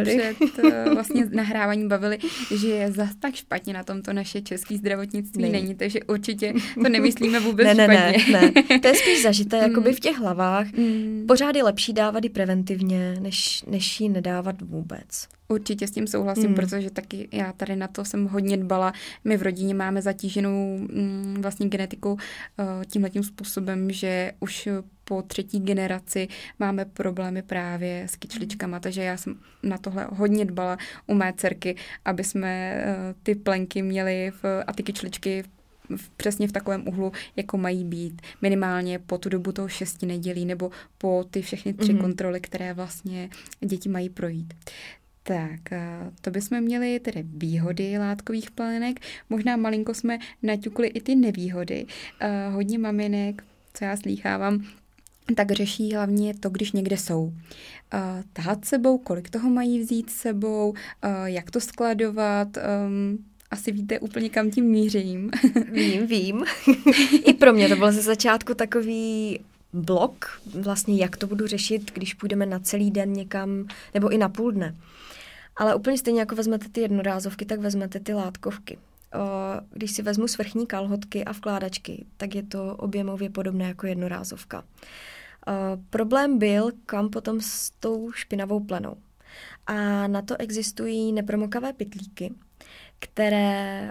vlastně nahráváním bavili, že je zas tak špatně na tomto naše české zdravotnictví není, takže určitě to nemyslíme vůbec špatně. Ne. To je spíš zažité jakoby v těch hlavách. Pořád je lepší dávat i preventivně, než ji nedávat vůbec. Určitě s tím souhlasím, protože taky já tady na to jsem hodně dbala. My v rodině máme zatíženou vlastně genetiku tímhletím způsobem, že už po 3. generaci máme problémy právě s kyčličkama, takže já jsem na tohle hodně dbala u mé dcerky, aby jsme ty plenky měli a ty kyčličky přesně v takovém uhlu, jako mají být. Minimálně po tu dobu toho 6 nedělí nebo po ty všechny 3 kontroly, které vlastně děti mají projít. Tak, to bychom měli tedy výhody látkových plenek. Možná malinko jsme naťukli i ty nevýhody. Hodně maminek, co já slýchávám, tak řeší hlavně to, když někde jsou. Tahat sebou, kolik toho mají vzít sebou, jak to skladovat. Asi víte úplně, kam tím mířím. Vím. I pro mě to bylo ze začátku takový blok, vlastně jak to budu řešit, když půjdeme na celý den někam, nebo i na půl dne. Ale úplně stejně jako vezmete ty jednorázovky, tak vezmete ty látkovky. Když si vezmu svrchní kalhotky a vkládačky, tak je to objemově podobné jako jednorázovka. Problém byl, kam potom s tou špinavou plenou. A na to existují nepromokavé pytlíky, které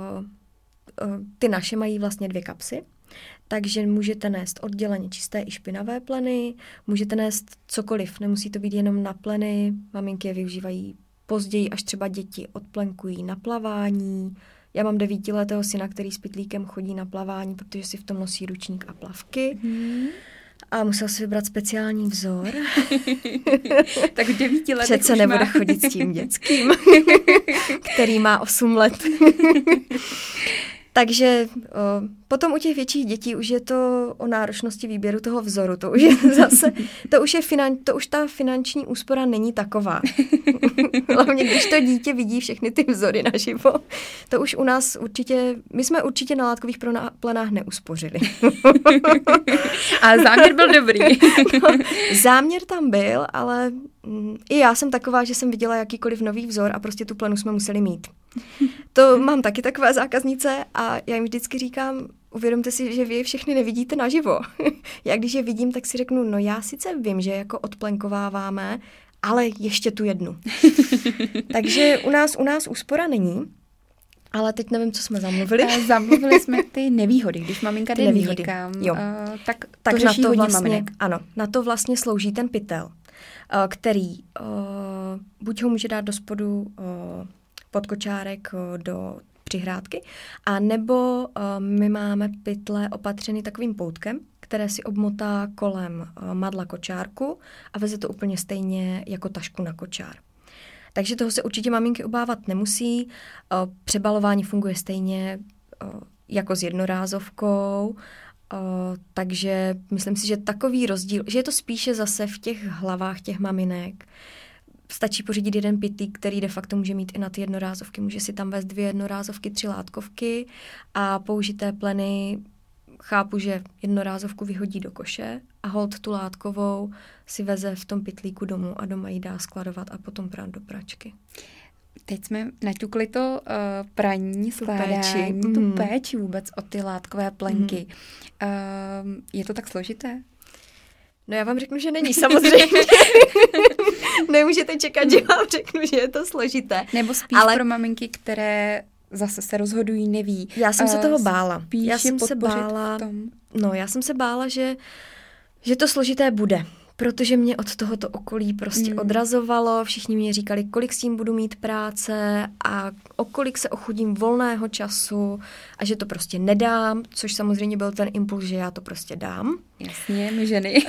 ty naše mají vlastně 2 kapsy, takže můžete nést odděleně čisté i špinavé pleny, můžete nést cokoliv, nemusí to být jenom na pleny, maminky je využívají později, až třeba děti odplenkují na plavání. Já mám 9letého syna, který s pytlíkem chodí na plavání, protože si v tom nosí ručník a plavky. A musel si vybrat speciální vzor. Tak v 9 letech přece nebude chodit s tím dětským, který má 8 let. Takže potom u těch větších dětí už je to o náročnosti výběru toho vzoru. To už je zase, to už ta finanční úspora není taková. Hlavně, když to dítě vidí všechny ty vzory naživo, to už u nás my jsme určitě na látkových plenách neuspořili. A záměr byl dobrý. No, záměr tam byl, ale i já jsem taková, že jsem viděla jakýkoliv nový vzor a prostě tu plenu jsme museli mít. To mám taky takové zákaznice a já jim vždycky říkám, uvědomte si, že vy je všechny nevidíte naživo. Já když je vidím, tak si řeknu, no já sice vím, že jako odplenkováváme, ale ještě tu jednu. Takže u nás úspora není, ale teď nevím, co jsme zamluvili. Zamluvili jsme ty nevýhody, když maminka jde někam, tak to řeší hodně maminek. Ano, na to vlastně slouží ten pytel, který buď ho může dát do spodu pod kočárek do přihrádky, a nebo my máme pytle opatřeny takovým poutkem, které si obmotá kolem madla kočárku a veze to úplně stejně jako tašku na kočár. Takže toho se určitě maminky obávat nemusí. Přebalování funguje stejně jako s jednorázovkou, takže myslím si, že takový rozdíl, že je to spíše zase v těch hlavách těch maminek. Stačí pořídit jeden pytlík, který de facto může mít i na ty jednorázovky. Může si tam vést 2 jednorázovky, 3 látkovky a použité pleny. Chápu, že jednorázovku vyhodí do koše a holt tu látkovou si veze v tom pytlíku domů a doma ji dá skladovat a potom prát do pračky. Teď jsme naťukli to praní, skládání, tu péči vůbec o ty látkové plenky. Je to tak složité? No já vám řeknu, že není, samozřejmě. Nemůžete čekat, že vám řeknu, že je to složité. Nebo spíš pro maminky, které zase se rozhodují, neví. Já jsem se toho bála. Já jsem se bála, že to složité bude. Protože mě od tohoto okolí prostě odrazovalo, všichni mě říkali, kolik s tím budu mít práce a o kolik se ochudím volného času a že to prostě nedám, což samozřejmě byl ten impuls, že já to prostě dám. Jasně, my ženy.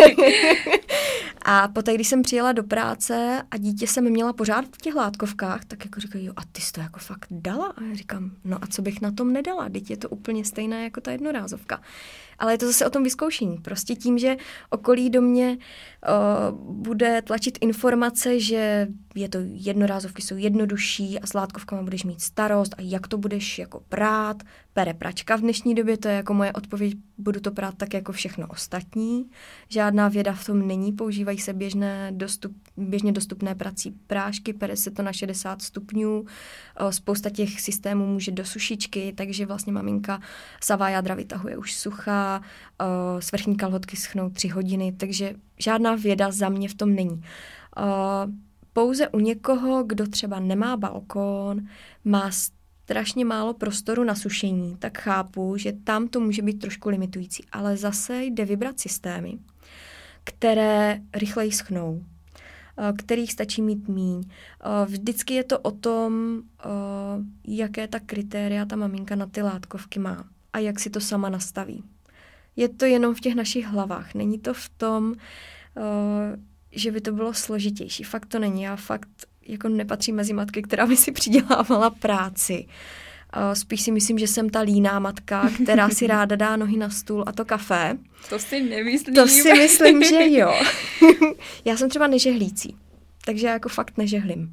A poté, když jsem přijela do práce a dítě jsem měla pořád v těch látkovkách, tak jako říkají, jo, a ty jsi to jako fakt dala? A já říkám, no a co bych na tom nedala? Vždyť je to úplně stejné jako ta jednorázovka. Ale je to zase o tom vyzkoušení. Prostě tím, že okolí do mě bude tlačit informace, že jednorázovky jsou jednodušší a s látkovkama budeš mít starost a jak to budeš jako prát. Pere pračka v dnešní době, to je jako moje odpověď, budu to prát tak jako všechno ostatní. Žádná věda v tom není, používají se běžně dostupné prací prášky, pere se to na 60 stupňů, spousta těch systémů může do sušičky, takže vlastně maminka savá jádra vytahuje už suchá, svrchní kalhotky schnou 3 hodiny, takže žádná věda za mě v tom není. Pouze u někoho, kdo třeba nemá balkón, má strašně málo prostoru na sušení, tak chápu, že tam to může být trošku limitující. Ale zase jde vybrat systémy, které rychleji schnou, kterých stačí mít míň. Vždycky je to o tom, jaké ta kritéria ta maminka na ty látkovky má a jak si to sama nastaví. Je to jenom v těch našich hlavách. Není to v tom, že by to bylo složitější. Fakt to není. Já fakt jako nepatřím mezi matky, která by si přidělávala práci. Spíš si myslím, že jsem ta líná matka, která si ráda dá nohy na stůl a to kafe. To si nemyslím. To si myslím, že jo. Já jsem třeba nežehlící, takže já jako fakt nežehlím.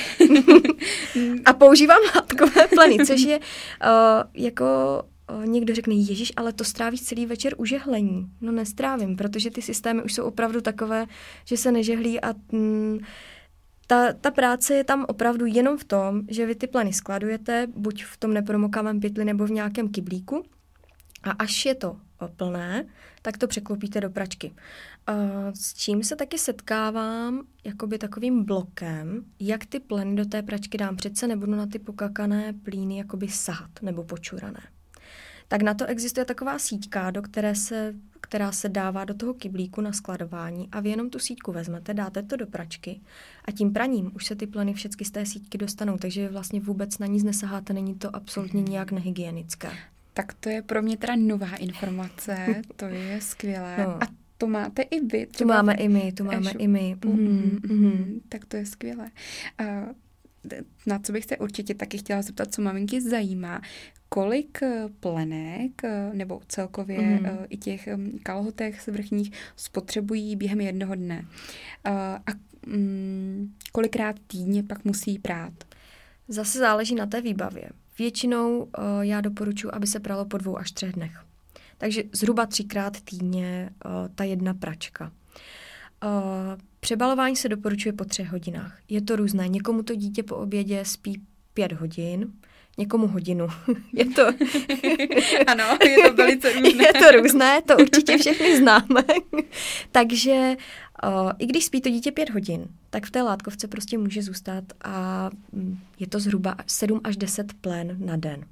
A používám látkové pleny, což je jako někdo řekne, ježiš, ale to strávíš celý večer u žehlení. No nestrávím, protože ty systémy už jsou opravdu takové, že se nežehlí a ta práce je tam opravdu jenom v tom, že vy ty pleny skladujete, buď v tom nepromokavém pytli nebo v nějakém kyblíku a až je to plné, tak to překlopíte do pračky. S čím se taky setkávám jakoby takovým blokem, jak ty pleny do té pračky dám. Přece nebudu na ty pokakané plíny jakoby sahat nebo počurané. Tak na to existuje taková síťka, která se dává do toho kyblíku na skladování a vy jenom tu síťku vezmete, dáte to do pračky a tím praním už se ty pleny všechny z té síťky dostanou, takže vlastně vůbec na nic nesaháte, není to absolutně nijak nehygienické. Tak to je pro mě teda nová informace, to je skvělé. No. A to máte i vy. Tu máme i my. Tak to je skvělé. Na co bych se určitě taky chtěla zeptat, co maminky zajímá, kolik plenek nebo celkově i těch kalhotek svrchních spotřebují během jednoho dne a kolikrát týdně pak musí prát? Zase záleží na té výbavě. Většinou já doporučuji, aby se pralo po 2 až 3 dnech. Takže zhruba 3krát týdně ta jedna pračka. Přebalování se doporučuje po 3 hodinách. Je to různé. Někomu to dítě po obědě spí 5 hodin, někomu hodinu. Je to... Ano, je to velice různé. Je to různé, to určitě všechny známe. Takže i když spí to dítě 5 hodin, tak v té látkovce prostě může zůstat a je to zhruba 7 až 10 plen na den.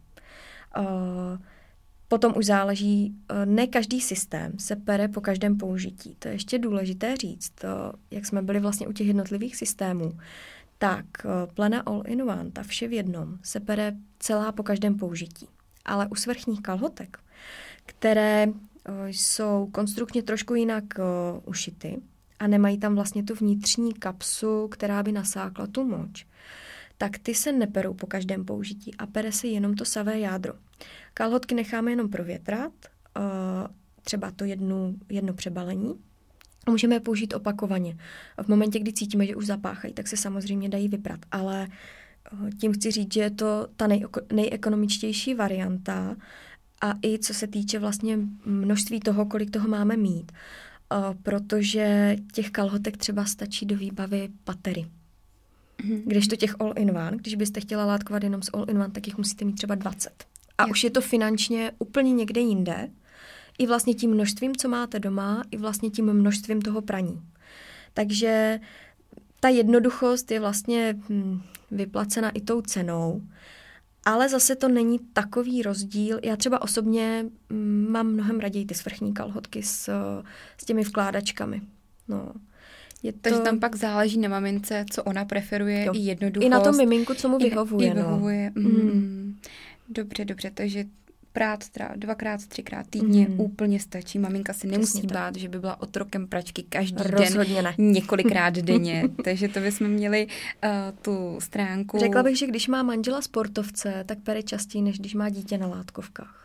Potom už záleží, ne každý systém se pere po každém použití. To je ještě důležité říct. Jak jsme byli vlastně u těch jednotlivých systémů, tak plena all-in-one, ta vše v jednom, se pere celá po každém použití. Ale u svrchních kalhotek, které jsou konstruktně trošku jinak ušity a nemají tam vlastně tu vnitřní kapsu, která by nasákla tu moč, tak ty se neperou po každém použití a pere se jenom to savé jádro. Kalhotky necháme jenom provětrat, třeba to jedno přebalení, a můžeme je použít opakovaně. V momentě, kdy cítíme, že už zapáchají, tak se samozřejmě dají vyprat, ale tím chci říct, že je to ta nejekonomičtější varianta a i co se týče vlastně množství toho, kolik toho máme mít, protože těch kalhotek třeba stačí do výbavy patery. Kdežto těch all-in-one, když byste chtěla látkovat jenom z all-in-one, tak jich musíte mít třeba 20. A už je to finančně úplně někde jinde, i vlastně tím množstvím, co máte doma, i vlastně tím množstvím toho praní. Takže ta jednoduchost je vlastně vyplacena i tou cenou, ale zase to není takový rozdíl. Já třeba osobně mám mnohem raději ty svrchní kalhotky s těmi vkládačkami. No. Takže tam pak záleží na mamince, co ona preferuje, i jednoduchost. I na tom miminku, co mu vyhovuje. vyhovuje. Dobře, takže prát 2x, 3x týdně úplně stačí. Maminka si nemusí bát, že by byla otrokem pračky každý den, několikrát denně. Takže to bychom měli tu stránku. Řekla bych, že když má manžela sportovce, tak pere častěji, než když má dítě na látkovkách.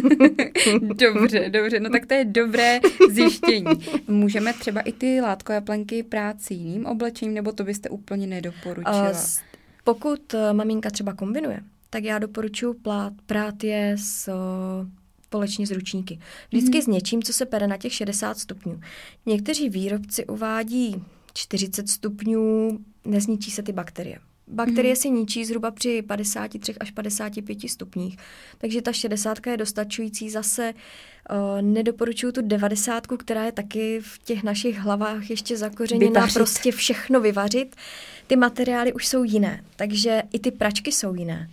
Dobře, no tak to je dobré zjištění. Můžeme třeba i ty látkové plenky prát s jiným oblečením, nebo to byste úplně nedoporučila? Pokud maminka třeba kombinuje, tak já doporučuji prát je společně s ručníky. Vždycky s něčím, co se pere na těch 60 stupňů. Někteří výrobci uvádí 40 stupňů, nezničí se ty bakterie. Bakterie se ničí zhruba při 53 až 55 stupních, takže ta 60 je dostačující. Zase nedoporučuji tu 90, která je taky v těch našich hlavách ještě zakořeněná, prostě všechno vyvařit. Ty materiály už jsou jiné, takže i ty pračky jsou jiné.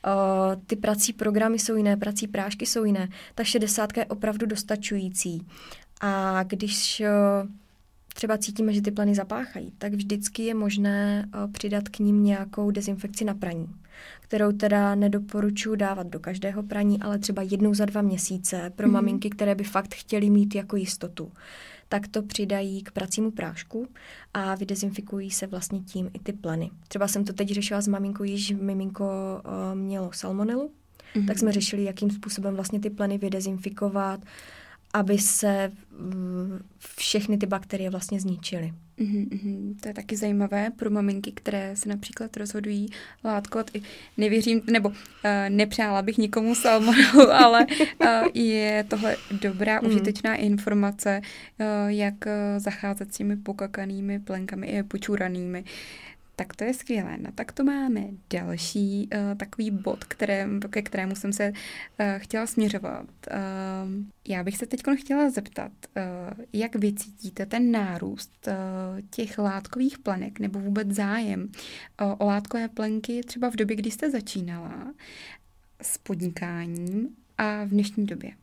Ty prací programy jsou jiné, prací prášky jsou jiné. Ta 60 je opravdu dostačující. A když třeba cítíme, že ty pleny zapáchají, tak vždycky je možné přidat k ním nějakou dezinfekci na praní, kterou teda nedoporučuji dávat do každého praní, ale třeba 1 za 2 měsíce pro maminky, které by fakt chtěly mít jako jistotu. Tak to přidají k pracímu prášku a vydezinfikují se vlastně tím i ty pleny. Třeba jsem to teď řešila s maminkou, již miminko mělo salmonelu, tak jsme řešili, jakým způsobem vlastně ty pleny vydezinfikovat, aby se všechny ty bakterie vlastně zničily. To je taky zajímavé pro maminky, které se například rozhodují látkovat. Nevěřím, nebo nepřála bych nikomu salmonelu, ale je tohle dobrá, užitečná informace, jak zacházet s těmi pokakanými plenkami i počuranými. Tak to je skvělé. No, tak to máme další takový bod, ke kterému jsem se chtěla směřovat. Já bych se teď chtěla zeptat, jak vy cítíte ten nárůst těch látkových plenek nebo vůbec zájem o látkové plenky třeba v době, kdy jste začínala s podnikáním a v dnešní době?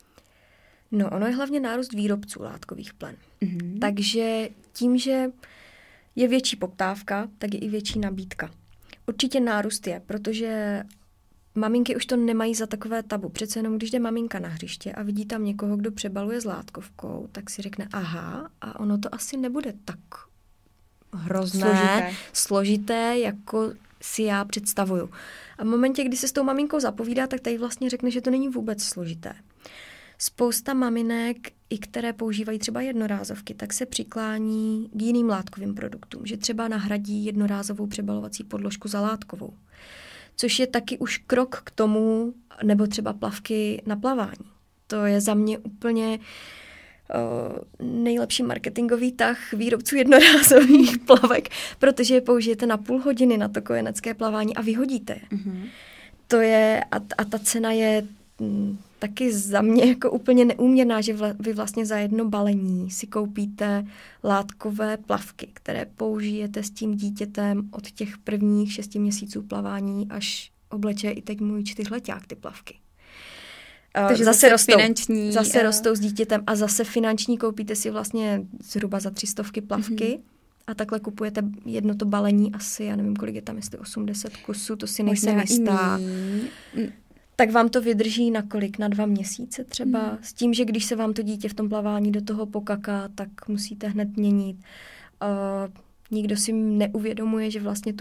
No, ono je hlavně nárůst výrobců látkových plen. Takže tím, že je větší poptávka, tak je i větší nabídka. Určitě nárůst je, protože maminky už to nemají za takové tabu. Přece jenom, když jde maminka na hřiště a vidí tam někoho, kdo přebaluje s látkovkou, tak si řekne, aha, a ono to asi nebude tak hrozné, složité, jako si já představuju. A v momentě, kdy se s tou maminkou zapovídá, tak tady vlastně řekne, že to není vůbec složité. Spousta maminek, i které používají třeba jednorázovky, tak se přiklání k jiným látkovým produktům, že třeba nahradí jednorázovou přebalovací podložku za látkovou. Což je taky už krok k tomu, nebo třeba plavky na plavání. To je za mě úplně nejlepší marketingový tah výrobců jednorázových plavek, protože je použijete na půl hodiny na to kojenecké plavání a vyhodíte je. Mm-hmm. To je, a ta cena je taky za mě jako úplně neúměrná, že vy vlastně za jedno balení si koupíte látkové plavky, které použijete s tím dítětem od těch prvních 6 měsíců plavání, až obleče i teď můj 4leťák ty plavky. Takže zase rostou s dítětem a zase finanční koupíte si vlastně zhruba za 300 plavky a takhle kupujete jedno to balení asi, já nevím, kolik je tam, jestli 80 kusů, to si nejsem jistá. Tak vám to vydrží na kolik? Na 2 měsíce třeba. S tím, že když se vám to dítě v tom plavání do toho pokaká, tak musíte hned měnit. Nikdo si neuvědomuje, že vlastně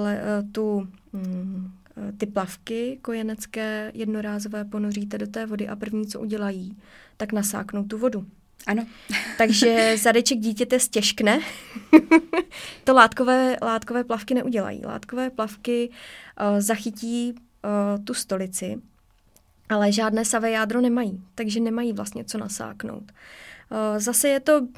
ty plavky kojenecké jednorázové ponoříte do té vody a první, co udělají, tak nasáknou tu vodu. Ano. Takže zadeček dítěte stěžkne. To látkové plavky neudělají. Látkové plavky zachytí tu stolici, ale žádné savé jádro nemají, takže nemají vlastně co nasáknout. Zase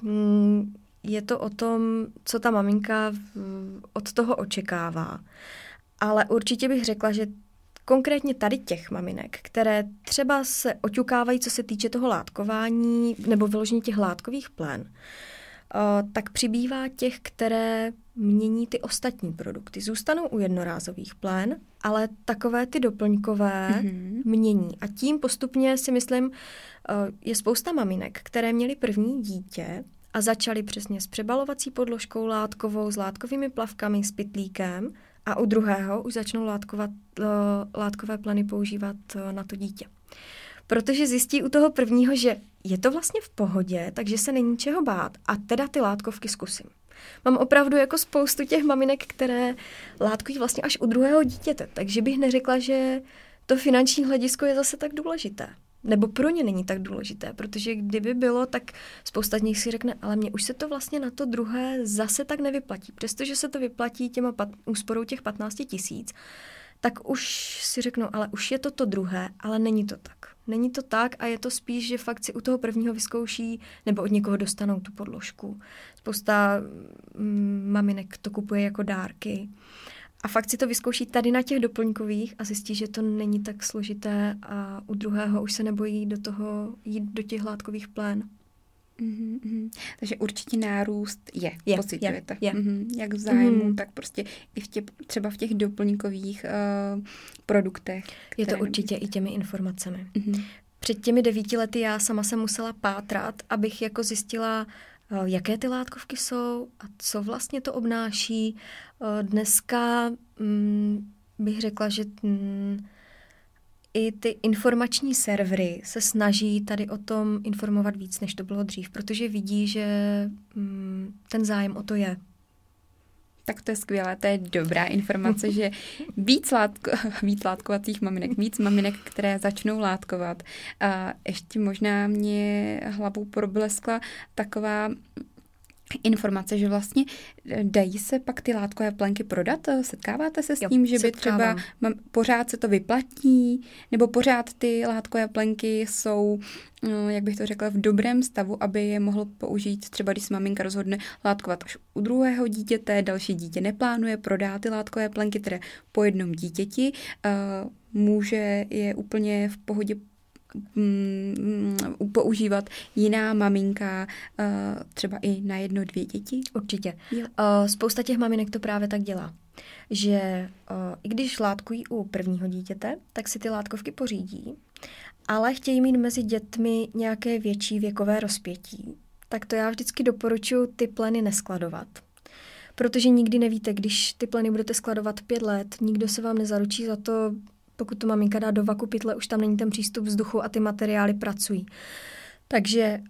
je to o tom, co ta maminka od toho očekává. Ale určitě bych řekla, že konkrétně tady těch maminek, které třeba se oťukávají, co se týče toho látkování nebo vyložení těch látkových plen, tak přibývá těch, které mění ty ostatní produkty. Zůstanou u jednorázových plen, ale takové ty doplňkové mění. A tím postupně si myslím, je spousta maminek, které měly první dítě a začaly přesně s přebalovací podložkou látkovou, s látkovými plavkami, s pytlíkem a u druhého už začnou látkové pleny používat na to dítě. Protože zjistí u toho prvního, že je to vlastně v pohodě, takže se není čeho bát a teda ty látkovky zkusím. Mám opravdu jako spoustu těch maminek, které látkují vlastně až u druhého dítěte, takže bych neřekla, že to finanční hledisko je zase tak důležité. Nebo pro ně není tak důležité, protože kdyby bylo, tak spousta z nich si řekne, ale mně už se to vlastně na to druhé zase tak nevyplatí. Přestože se to vyplatí úsporou těch 15 000, tak už si řeknou, ale už je to druhé, ale není to tak. Není to tak a je to spíš, že fakt si u toho prvního vyzkouší nebo od někoho dostanou tu podložku. Spousta maminek to kupuje jako dárky. A fakt si to vyzkouší tady na těch doplňkových a zjistí, že to není tak složité a u druhého už se nebojí jít do těch látkových plén. Takže určitě nárůst pocitujete. Je. Jak v zájmu, tak prostě i třeba v těch doplňkových produktech. Je to určitě i těmi informacemi. Před těmi 9 lety já sama jsem musela pátrat, abych jako zjistila, jaké ty látkovky jsou a co vlastně to obnáší. Dneska bych řekla, že i ty informační servery se snaží tady o tom informovat víc, než to bylo dřív, protože vidí, že ten zájem o to je. Tak to je skvělé, to je dobrá informace, že víc látkovacích maminek, víc maminek, které začnou látkovat. A ještě možná mě hlavou probleskla taková informace, že vlastně dají se pak ty látkové plenky prodat? Setkáváte se s tím, že by třeba pořád se to vyplatí, nebo pořád ty látkové plenky jsou, jak bych to řekla, v dobrém stavu, aby je mohl použít třeba, když se maminka rozhodne látkovat až u druhého dítěte, další dítě neplánuje, prodá ty látkové plenky, které po jednom dítěti, může je úplně v pohodě používat jiná maminka, třeba i na 1-2 děti? Určitě. Spousta těch maminek to právě tak dělá, že i když látkují u prvního dítěte, tak si ty látkovky pořídí, ale chtějí mít mezi dětmi nějaké větší věkové rozpětí. Tak to já vždycky doporučuji ty pleny neskladovat. Protože nikdy nevíte, když ty pleny budete skladovat 5 let, nikdo se vám nezaručí za to Pokud to maminka dá do vaku pytle, už tam není ten přístup vzduchu a ty materiály pracují. Takže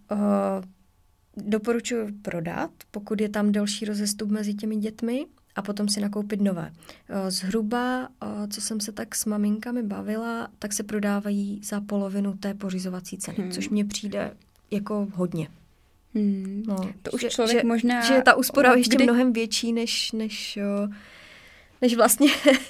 doporučuji prodat, pokud je tam delší rozestup mezi těmi dětmi, a potom si nakoupit nové. Zhruba, co jsem se tak s maminkami bavila, tak se prodávají za polovinu té pořizovací ceny, což mně přijde jako hodně. No, to už člověk možná... Že ta úspora ještě mnohem větší, než vlastně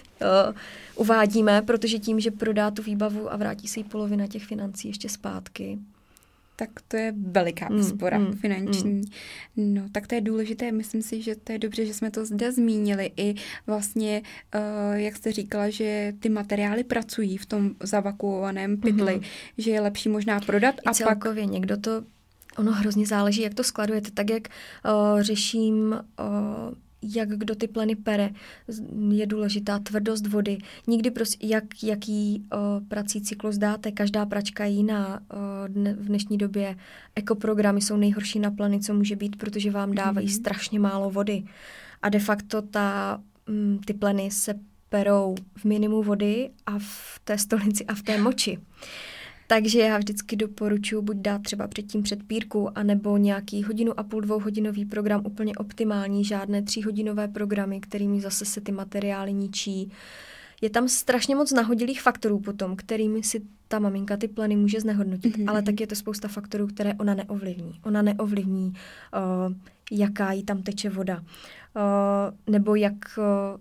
uvádíme, protože tím, že prodá tu výbavu a vrátí se jí polovina těch financí ještě zpátky. Tak to je veliká úspora finanční. No, tak to je důležité. Myslím si, že to je dobře, že jsme to zde zmínili. I vlastně, jak jste říkala, že ty materiály pracují v tom zavakuovaném pytli, že je lepší možná prodat. I celkově někdo to, ono hrozně záleží, jak to skladujete. Tak, jak řeším... jak kdo ty pleny pere, je důležitá tvrdost vody. Nikdy jaký prací cyklus dáte, každá pračka je jiná. V dnešní době ekoprogramy jsou nejhorší na pleny, co může být, protože vám dávají strašně málo vody. A de facto ty pleny se perou v minimu vody a v té stolnici a v té moči. Takže já vždycky doporučuji buď dát třeba předtím předpírku, anebo nějaký 1,5 hodiny, 2hodinový program úplně optimální, žádné 3hodinové programy, kterými zase se ty materiály ničí. Je tam strašně moc nahodilých faktorů potom, kterými si ta maminka ty pleny může znehodnotit, ale tak je to spousta faktorů, které ona neovlivní. Ona neovlivní, jaká jí tam teče voda, nebo jak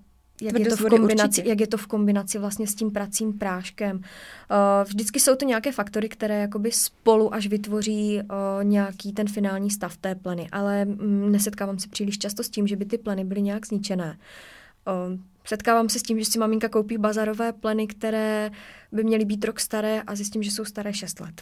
je to v kombinaci vlastně s tím pracím práškem. Vždycky jsou to nějaké faktory, které jakoby spolu až vytvoří nějaký ten finální stav té pleny, ale nesetkávám se příliš často s tím, že by ty pleny byly nějak zničené. Setkávám se s tím, že si maminka koupí bazarové pleny, které by měly být rok staré a zjistím, že jsou staré 6 let.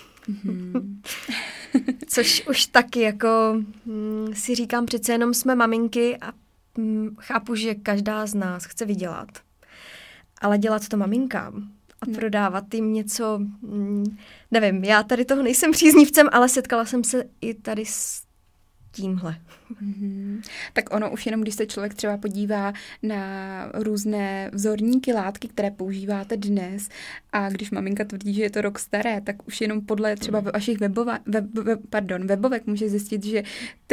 Což už taky jako si říkám, přece jenom jsme maminky a chápu, že každá z nás chce vydělat, ale dělat to maminkám a prodávat jim něco, nevím, já tady toho nejsem příznivcem, ale setkala jsem se i tady s tímhle. Tak ono už jenom, když se člověk třeba podívá na různé vzorníky látky, které používáte dnes a když maminka tvrdí, že je to rok staré, tak už jenom podle třeba vašich webovek může zjistit, že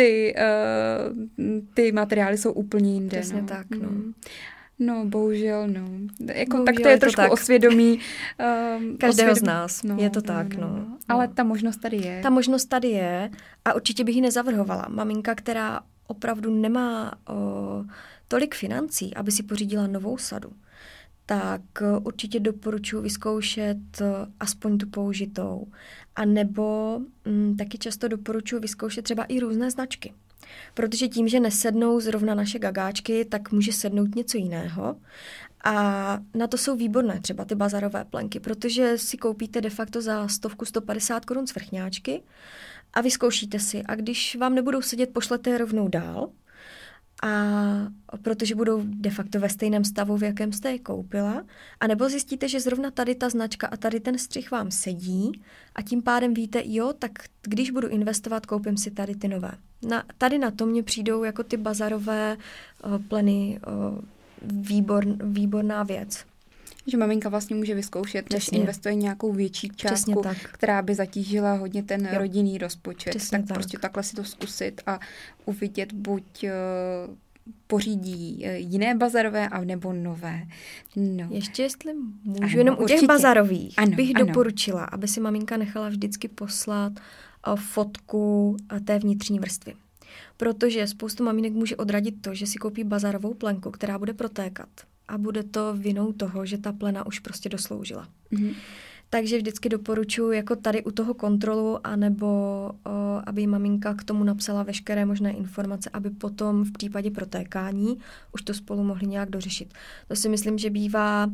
ty materiály jsou úplně jinde. Přesně tak, no. No, bohužel, no. Tak to je trošku osvědomí. Každého z nás, je to tak, no. Ale ta možnost tady je. Ta možnost tady je a určitě bych ji nezavrhovala. Maminka, která opravdu nemá tolik financí, aby si pořídila novou sadu, tak určitě doporučuji vyzkoušet aspoň tu použitou. A nebo taky často doporučuji vyzkoušet třeba i různé značky. Protože tím, že nesednou zrovna naše gagáčky, tak může sednout něco jiného. A na to jsou výborné třeba ty bazarové plenky, protože si koupíte de facto za 100–150 korun svrchňáčky a vyzkoušíte si. A když vám nebudou sedět, pošlete je rovnou dál. A protože budou de facto ve stejném stavu, v jakém jste je koupila. A nebo zjistíte, že zrovna tady ta značka a tady ten střih vám sedí a tím pádem víte, jo, tak když budu investovat, koupím si tady ty nové. Tady na to mně přijdou jako ty bazarové pleny výborná věc. Že maminka vlastně může vyzkoušet, než investuje nějakou větší částku, která by zatížila hodně ten rodinný rozpočet. Tak prostě takhle si to zkusit a uvidět, buď pořídí jiné bazarové, a nebo nové. No. Ještě jestli můžu, jenom u těch bazarových bych doporučila, aby si maminka nechala vždycky poslat fotku té vnitřní vrstvy. Protože spoustu maminek může odradit to, že si koupí bazarovou plenku, která bude protékat. A bude to vinou toho, že ta plena už prostě dosloužila. Takže vždycky doporučuji jako tady u toho kontrolu, anebo aby maminka k tomu napsala veškeré možné informace, aby potom v případě protékání už to spolu mohli nějak dořešit. To si myslím, že bývá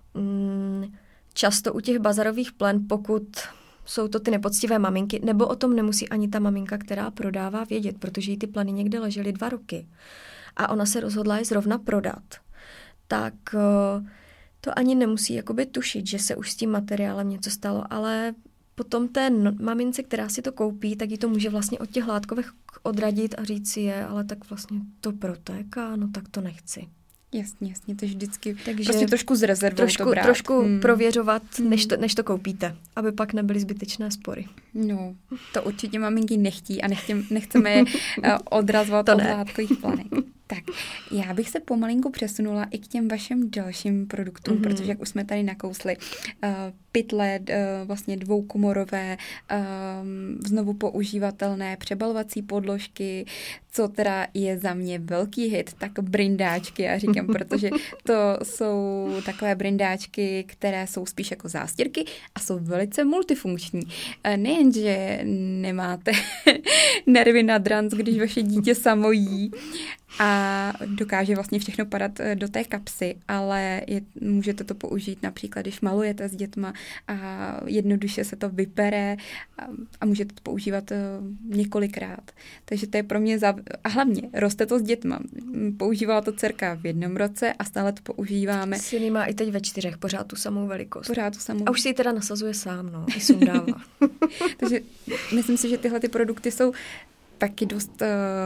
často u těch bazarových plen, pokud jsou to ty nepoctivé maminky, nebo o tom nemusí ani ta maminka, která prodává, vědět, protože jí ty pleny někde ležely 2 roky a ona se rozhodla je zrovna prodat. Tak to ani nemusí jakoby tušit, že se už s tím materiálem něco stalo, ale potom té mamince, která si to koupí, tak jí to může vlastně od těch látkovek odradit a říct si ale tak vlastně to protéká, no tak to nechci. Jasně, to je vždycky prostě trošku z rezervou to brát. Trošku prověřovat, než to koupíte, aby pak nebyly zbytečné spory. No, to určitě maminky nechtí a nechceme je odrazovat od látkových planek. Tak, já bych se pomalinku přesunula i k těm vašim dalším produktům, protože jak už jsme tady nakousli, pytle, vlastně dvoukomorové, znovu používatelné přebalovací podložky, co teda je za mě velký hit, tak brindáčky, já říkám, protože to jsou takové brindáčky, které jsou spíš jako zástěrky a jsou velice multifunkční. Nejenže nemáte nervy na dranc, když vaše dítě samo jí a dokáže vlastně všechno padat do té kapsy, ale můžete to použít například, když malujete s dětma a jednoduše se to vypere a můžete to používat několikrát. Takže to je pro mě a hlavně roste to s dětma. Používala to dcerka v 1 roce a stále to používáme. Syny má i teď ve 4, pořád tu samou velikost. A už si ji teda nasazuje sám, no, i sundává. Takže myslím si, že tyhle ty produkty jsou taky dost...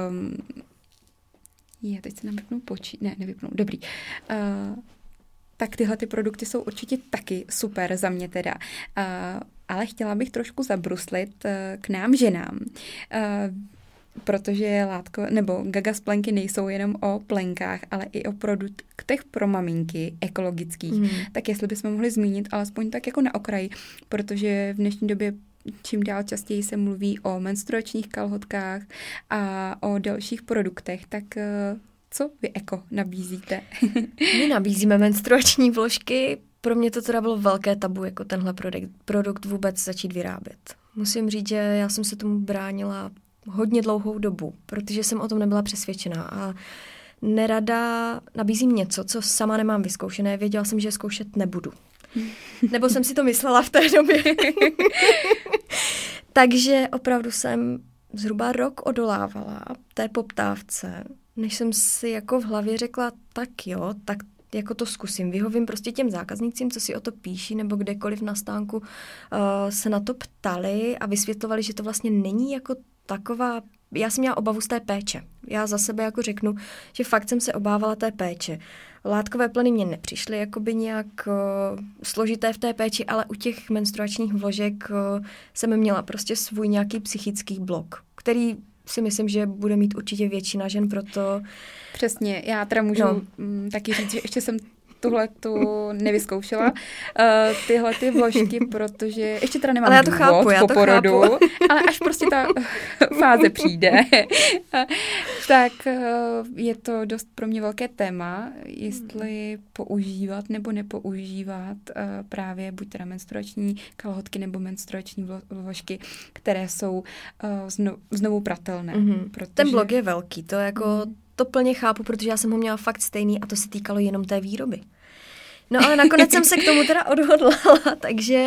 teď se nám vypnou nevypnou, dobrý. Tak tyhle ty produkty jsou určitě taky super za mě teda. Ale chtěla bych trošku zabruslit k nám ženám. Protože Gaga Splenky nejsou jenom o plenkách, ale i o produktech pro maminky ekologických. Tak jestli bychom mohli zmínit alespoň tak jako na okraji, protože v dnešní době čím dál častěji se mluví o menstruačních kalhotkách a o dalších produktech, tak co vy nabízíte? My nabízíme menstruační vložky. Pro mě to teda bylo velké tabu, jako tenhle produkt vůbec začít vyrábět. Musím říct, že já jsem se tomu bránila hodně dlouhou dobu, protože jsem o tom nebyla přesvědčená a nerada nabízím něco, co sama nemám vyzkoušené. Věděla jsem, že zkoušet nebudu. Nebo jsem si to myslela v té době. Takže opravdu jsem zhruba rok odolávala té poptávce, než jsem si jako v hlavě řekla, tak jo, tak jako to zkusím. Vyhovím prostě těm zákaznícím, co si o to píší, nebo kdekoliv na stánku se na to ptali a vysvětlovali, že to vlastně není jako taková... Já jsem měla obavu z té péče. Já za sebe jako řeknu, že fakt jsem se obávala té péče. Látkové pleny mě nepřišly jakoby nějak složité v té péči, ale u těch menstruačních vložek jsem měla prostě svůj nějaký psychický blok, který si myslím, že bude mít určitě většina žen, proto... Přesně, já teda můžu taky říct, že ještě jsem tuhletu nevyzkoušela, tyhle ty vložky, protože ještě teda nemám důvod po porodu, ale až prostě ta fáze přijde, tak je to dost pro mě velké téma, jestli používat nebo nepoužívat právě buď teda menstruační kalhotky nebo menstruační vložky, které jsou znovu pratelné. Protože... Ten blok je velký, to jako... To plně chápu, protože já jsem ho měla fakt stejný a to se týkalo jenom té výroby. No ale nakonec jsem se k tomu teda odhodlala, takže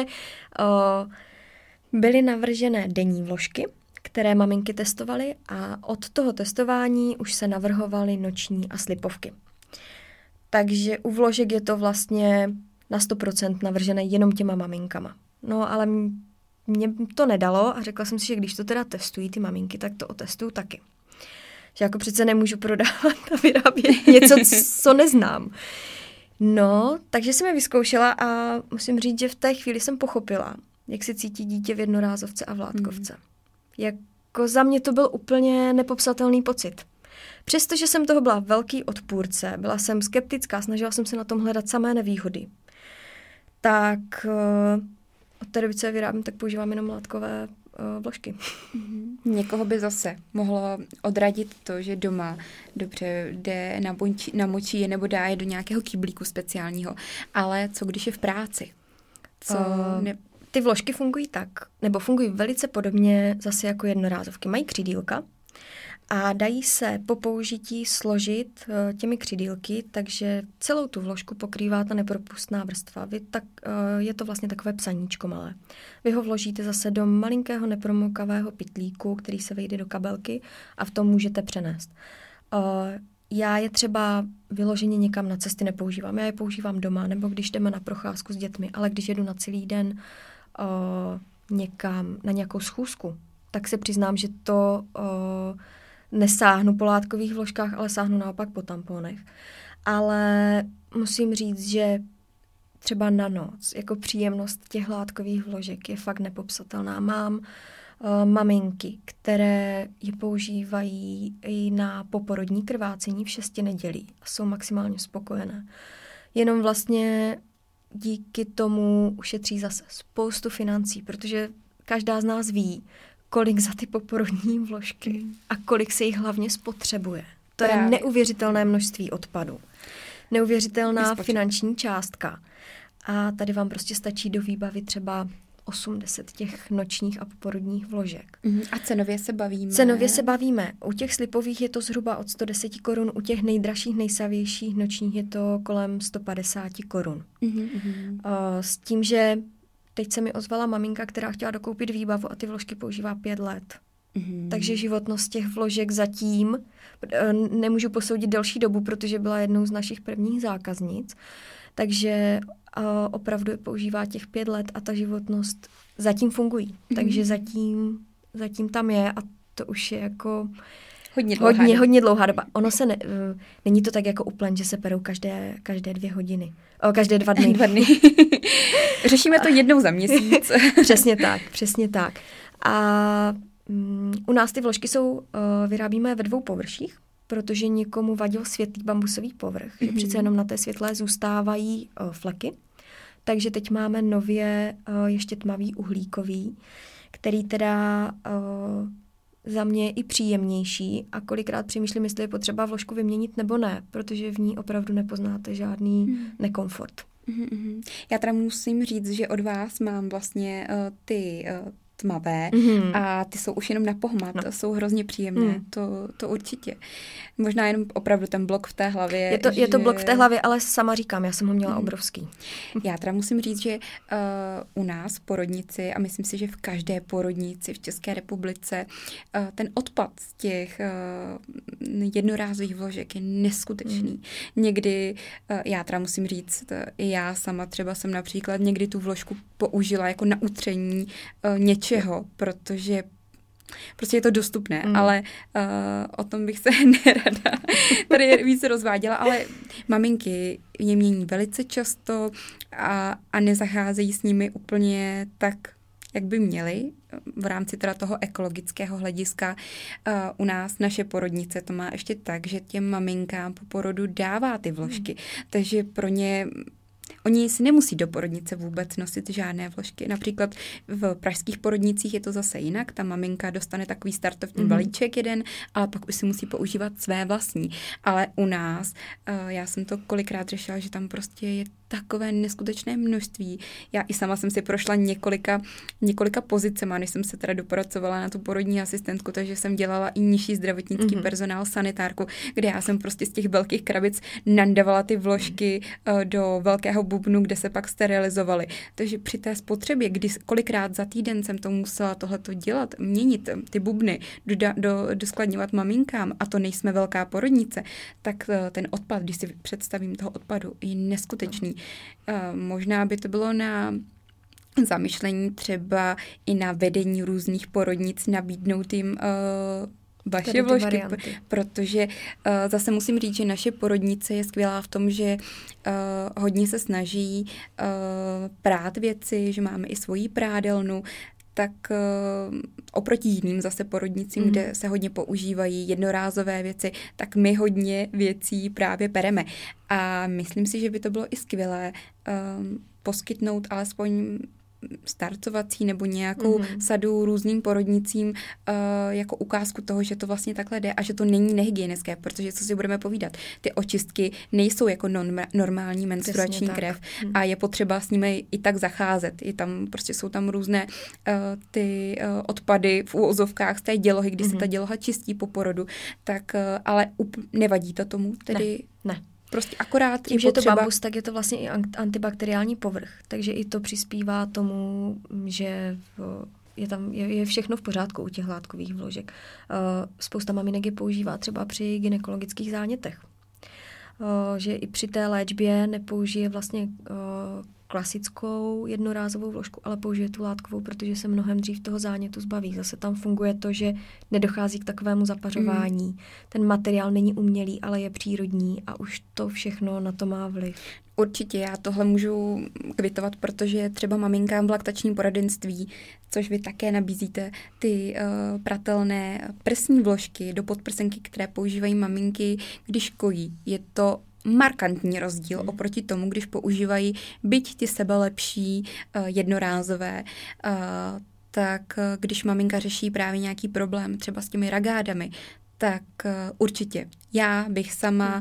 byly navržené denní vložky, které maminky testovaly a od toho testování už se navrhovaly noční a slipovky. Takže u vložek je to vlastně na 100% navržené jenom těma maminkama. No ale mě to nedalo a řekla jsem si, že když to teda testují ty maminky, tak to otestuju taky. Že jako přece nemůžu prodávat a vyrábět něco, co neznám. No, takže jsem je vyzkoušela a musím říct, že v té chvíli jsem pochopila, jak se cítí dítě v jednorázovce a v látkovce. Jako za mě to byl úplně nepopsatelný pocit. Přestože jsem toho byla velký odpůrce, byla jsem skeptická, snažila jsem se na tom hledat samé nevýhody, tak od té doby, co je vyrábím, tak používám jenom látkové vložky. Někoho by zase mohlo odradit to, že doma dobře jde namočí je nebo dá je do nějakého kyblíku speciálního. Ale co když je v práci? Ty vložky fungují tak, nebo fungují velice podobně zase jako jednorázovky. Mají křidílka a dají se po použití složit těmi křidílky, takže celou tu vložku pokrývá ta nepropustná vrstva. Je to vlastně takové psaníčko malé. Vy ho vložíte zase do malinkého nepromokavého pytlíku, který se vejde do kabelky a v tom můžete přenést. Já je třeba vyloženě někam na cesty nepoužívám. Já je používám doma, nebo když jdeme na procházku s dětmi, ale když jedu na celý den někam, na nějakou schůzku, tak se přiznám, že to nesáhnu po látkových vložkách, ale sáhnu naopak po tamponech. Ale musím říct, že třeba na noc, jako příjemnost těch látkových vložek je fakt nepopsatelná. Mám maminky, které je používají i na poporodní krvácení v 6 nedělí a jsou maximálně spokojené. Jenom vlastně díky tomu ušetří zase spoustu financí, protože každá z nás ví, kolik za ty poporodní vložky a kolik se jich hlavně spotřebuje. To je neuvěřitelné množství odpadu. Neuvěřitelná finanční částka. A tady vám prostě stačí do výbavy třeba 80 těch nočních a poporodních vložek. A cenově se bavíme? Cenově se bavíme. U těch slipových je to zhruba od 110 korun, u těch nejdražších, nejsavějších nočních je to kolem 150 korun. S tím, že teď se mi ozvala maminka, která chtěla dokoupit výbavu a ty vložky používá 5 let. Takže životnost těch vložek zatím nemůžu posoudit delší dobu, protože byla jednou z našich prvních zákaznic. Takže opravdu je používá těch 5 let a ta životnost zatím fungují. Takže zatím tam je a to už je jako hodně dlouhá doba. Ono se není to tak jako u plen, že se perou každé 2 hodiny. Každé 2 dny. 2 dny. Řešíme to jednou za měsíc. Přesně tak. A u nás ty vložky vyrábíme ve 2 površích, protože někomu vadil světlý bambusový povrch, že přece jenom na té světlé zůstávají fleky. Takže teď máme nově ještě tmavý uhlíkový, který teda za mě je i příjemnější a kolikrát přemýšlím, jestli je potřeba vložku vyměnit nebo ne, protože v ní opravdu nepoznáte žádný nekomfort. Já teda musím říct, že od vás mám vlastně ty tmavé a ty jsou už jenom na pohmat, jsou hrozně příjemné, to určitě. Možná jenom opravdu ten blok v té hlavě. Je to blok v té hlavě, ale sama říkám, já jsem ho měla obrovský. Já teda musím říct, že u nás v porodnici a myslím si, že v každé porodnici v České republice ten odpad z těch jednorázových vložek je neskutečný. Někdy, já teda musím říct, já sama třeba jsem například někdy tu vložku použila jako na utření něčeho, protože prostě je to dostupné, ale o tom bych se nerada tady více rozváděla, ale maminky je mění velice často a nezacházejí s nimi úplně tak, jak by měly v rámci teda toho ekologického hlediska. U nás naše porodnice to má ještě tak, že těm maminkám po porodu dává ty vložky, takže pro ně oni si nemusí do porodnice vůbec nosit žádné vložky. Například v pražských porodnicích je to zase jinak. Ta maminka dostane takový startovní balíček jeden, ale pak už si musí používat své vlastní. Ale u nás, já jsem to kolikrát řešila, že tam prostě je takové neskutečné množství. Já i sama jsem si prošla několika pozicema, než jsem se teda dopracovala na tu porodní asistentku, takže jsem dělala i nižší zdravotnický personál, sanitárku, kde já jsem prostě z těch velkých krabic nandavala ty vložky do velkého bubnu, kde se pak sterilizovaly. Takže při té spotřebě, kdy kolikrát za týden jsem to musela tohleto dělat, měnit ty bubny, doskladňovat maminkám, a to nejsme velká porodnice, tak ten odpad, když si představím toho odpadu, je neskutečný. Možná by to bylo na zamyšlení třeba i na vedení různých porodnic, nabídnout jim vaše vložky, protože zase musím říct, že naše porodnice je skvělá v tom, že hodně se snaží prát věci, že máme i svoji prádelnu, tak oproti jiným zase porodnicím, kde se hodně používají jednorázové věci, tak my hodně věcí právě pereme. A myslím si, že by to bylo i skvělé poskytnout alespoň startovací nebo nějakou sadu různým porodnicím jako ukázku toho, že to vlastně takhle jde a že to není nehygienické, protože co si budeme povídat, ty očistky nejsou jako normální menstruační krev a je potřeba s nimi i tak zacházet. Jsou tam různé ty odpady v úvozovkách z té dělohy, kdy se ta děloha čistí po porodu, tak ale nevadí to tomu, tedy ne. Prostě akorát tím, že je to bambus, tak je to vlastně i antibakteriální povrch. Takže i to přispívá tomu, že je všechno v pořádku u těch látkových vložek. Spousta maminek je používá třeba při gynekologických zánětech. Že i při té léčbě nepoužije vlastně klasickou jednorázovou vložku, ale použije tu látkovou, protože se mnohem dřív toho zánětu zbaví. Zase tam funguje to, že nedochází k takovému zapařování. Ten materiál není umělý, ale je přírodní a už to všechno na to má vliv. Určitě, já tohle můžu kvitovat, protože třeba maminkám v laktačním poradenství, což vy také nabízíte, ty pratelné prsní vložky do podprsenky, které používají maminky, když kojí. Je to markantní rozdíl oproti tomu, když používají byť ty sebelepší jednorázové, tak když maminka řeší právě nějaký problém třeba s těmi ragádami, tak určitě. Já bych sama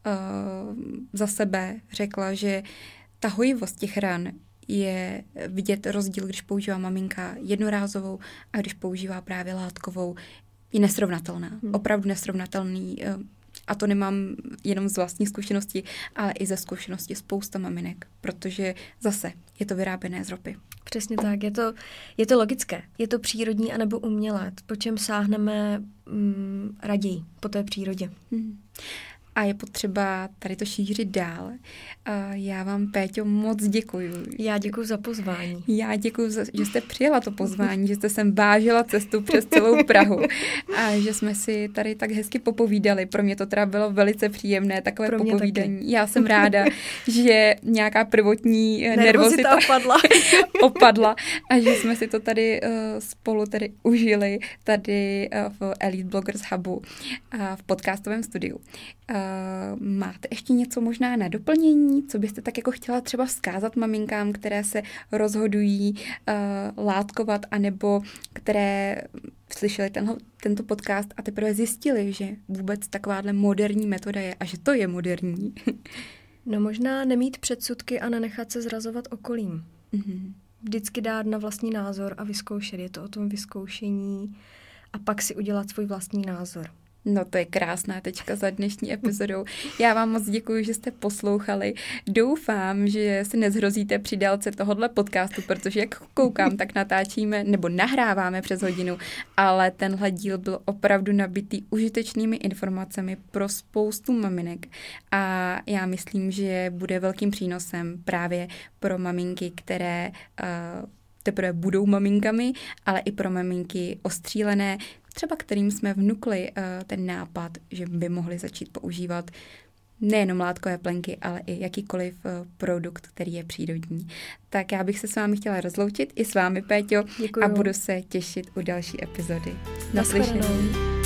za sebe řekla, že ta hojivost těch ran je vidět rozdíl, když používá maminka jednorázovou a když používá právě látkovou, je nesrovnatelná. Opravdu nesrovnatelný. A to nemám jenom z vlastní zkušenosti, ale i ze zkušenosti spousta maminek, protože zase je to vyráběné z ropy. Přesně tak, je to logické, je to přírodní anebo umělé, po čem sáhneme raději, po té přírodě. A je potřeba tady to šířit dál. Já vám, Péťo, moc děkuju. Já děkuju za pozvání. Já děkuju, že jste přijela to pozvání, že jste sem vážila cestu přes celou Prahu a že jsme si tady tak hezky popovídali. Pro mě to teda bylo velice příjemné, takové popovídání. Taky. Já jsem ráda, že nějaká prvotní nervozita opadla a že jsme si to tady spolu tady užili tady v Elite Bloggers Hubu v podcastovém studiu. Máte ještě něco možná na doplnění, co byste tak jako chtěla třeba vzkázat maminkám, které se rozhodují látkovat, anebo které slyšeli tento podcast a teprve zjistili, že vůbec takováhle moderní metoda je a že to je moderní? No možná nemít předsudky a nenechat se zrazovat okolím. Vždycky dát na vlastní názor a vyzkoušet. Je to o tom vyzkoušení a pak si udělat svůj vlastní názor. No to je krásná tečka za dnešní epizodou. Já vám moc děkuji, že jste poslouchali. Doufám, že si nezhrozíte při délce tohohle podcastu, protože jak koukám, tak natáčíme nebo nahráváme přes hodinu, ale tenhle díl byl opravdu nabitý užitečnými informacemi pro spoustu maminek a já myslím, že bude velkým přínosem právě pro maminky, které teprve budou maminkami, ale i pro maminky ostřílené, třeba kterým jsme vnukli ten nápad, že by mohli začít používat nejenom látkové plenky, ale i jakýkoliv produkt, který je přírodní. Tak já bych se s vámi chtěla rozloučit i s vámi, Péťo, Děkuju. A budu se těšit u další epizody. Naslyšenou.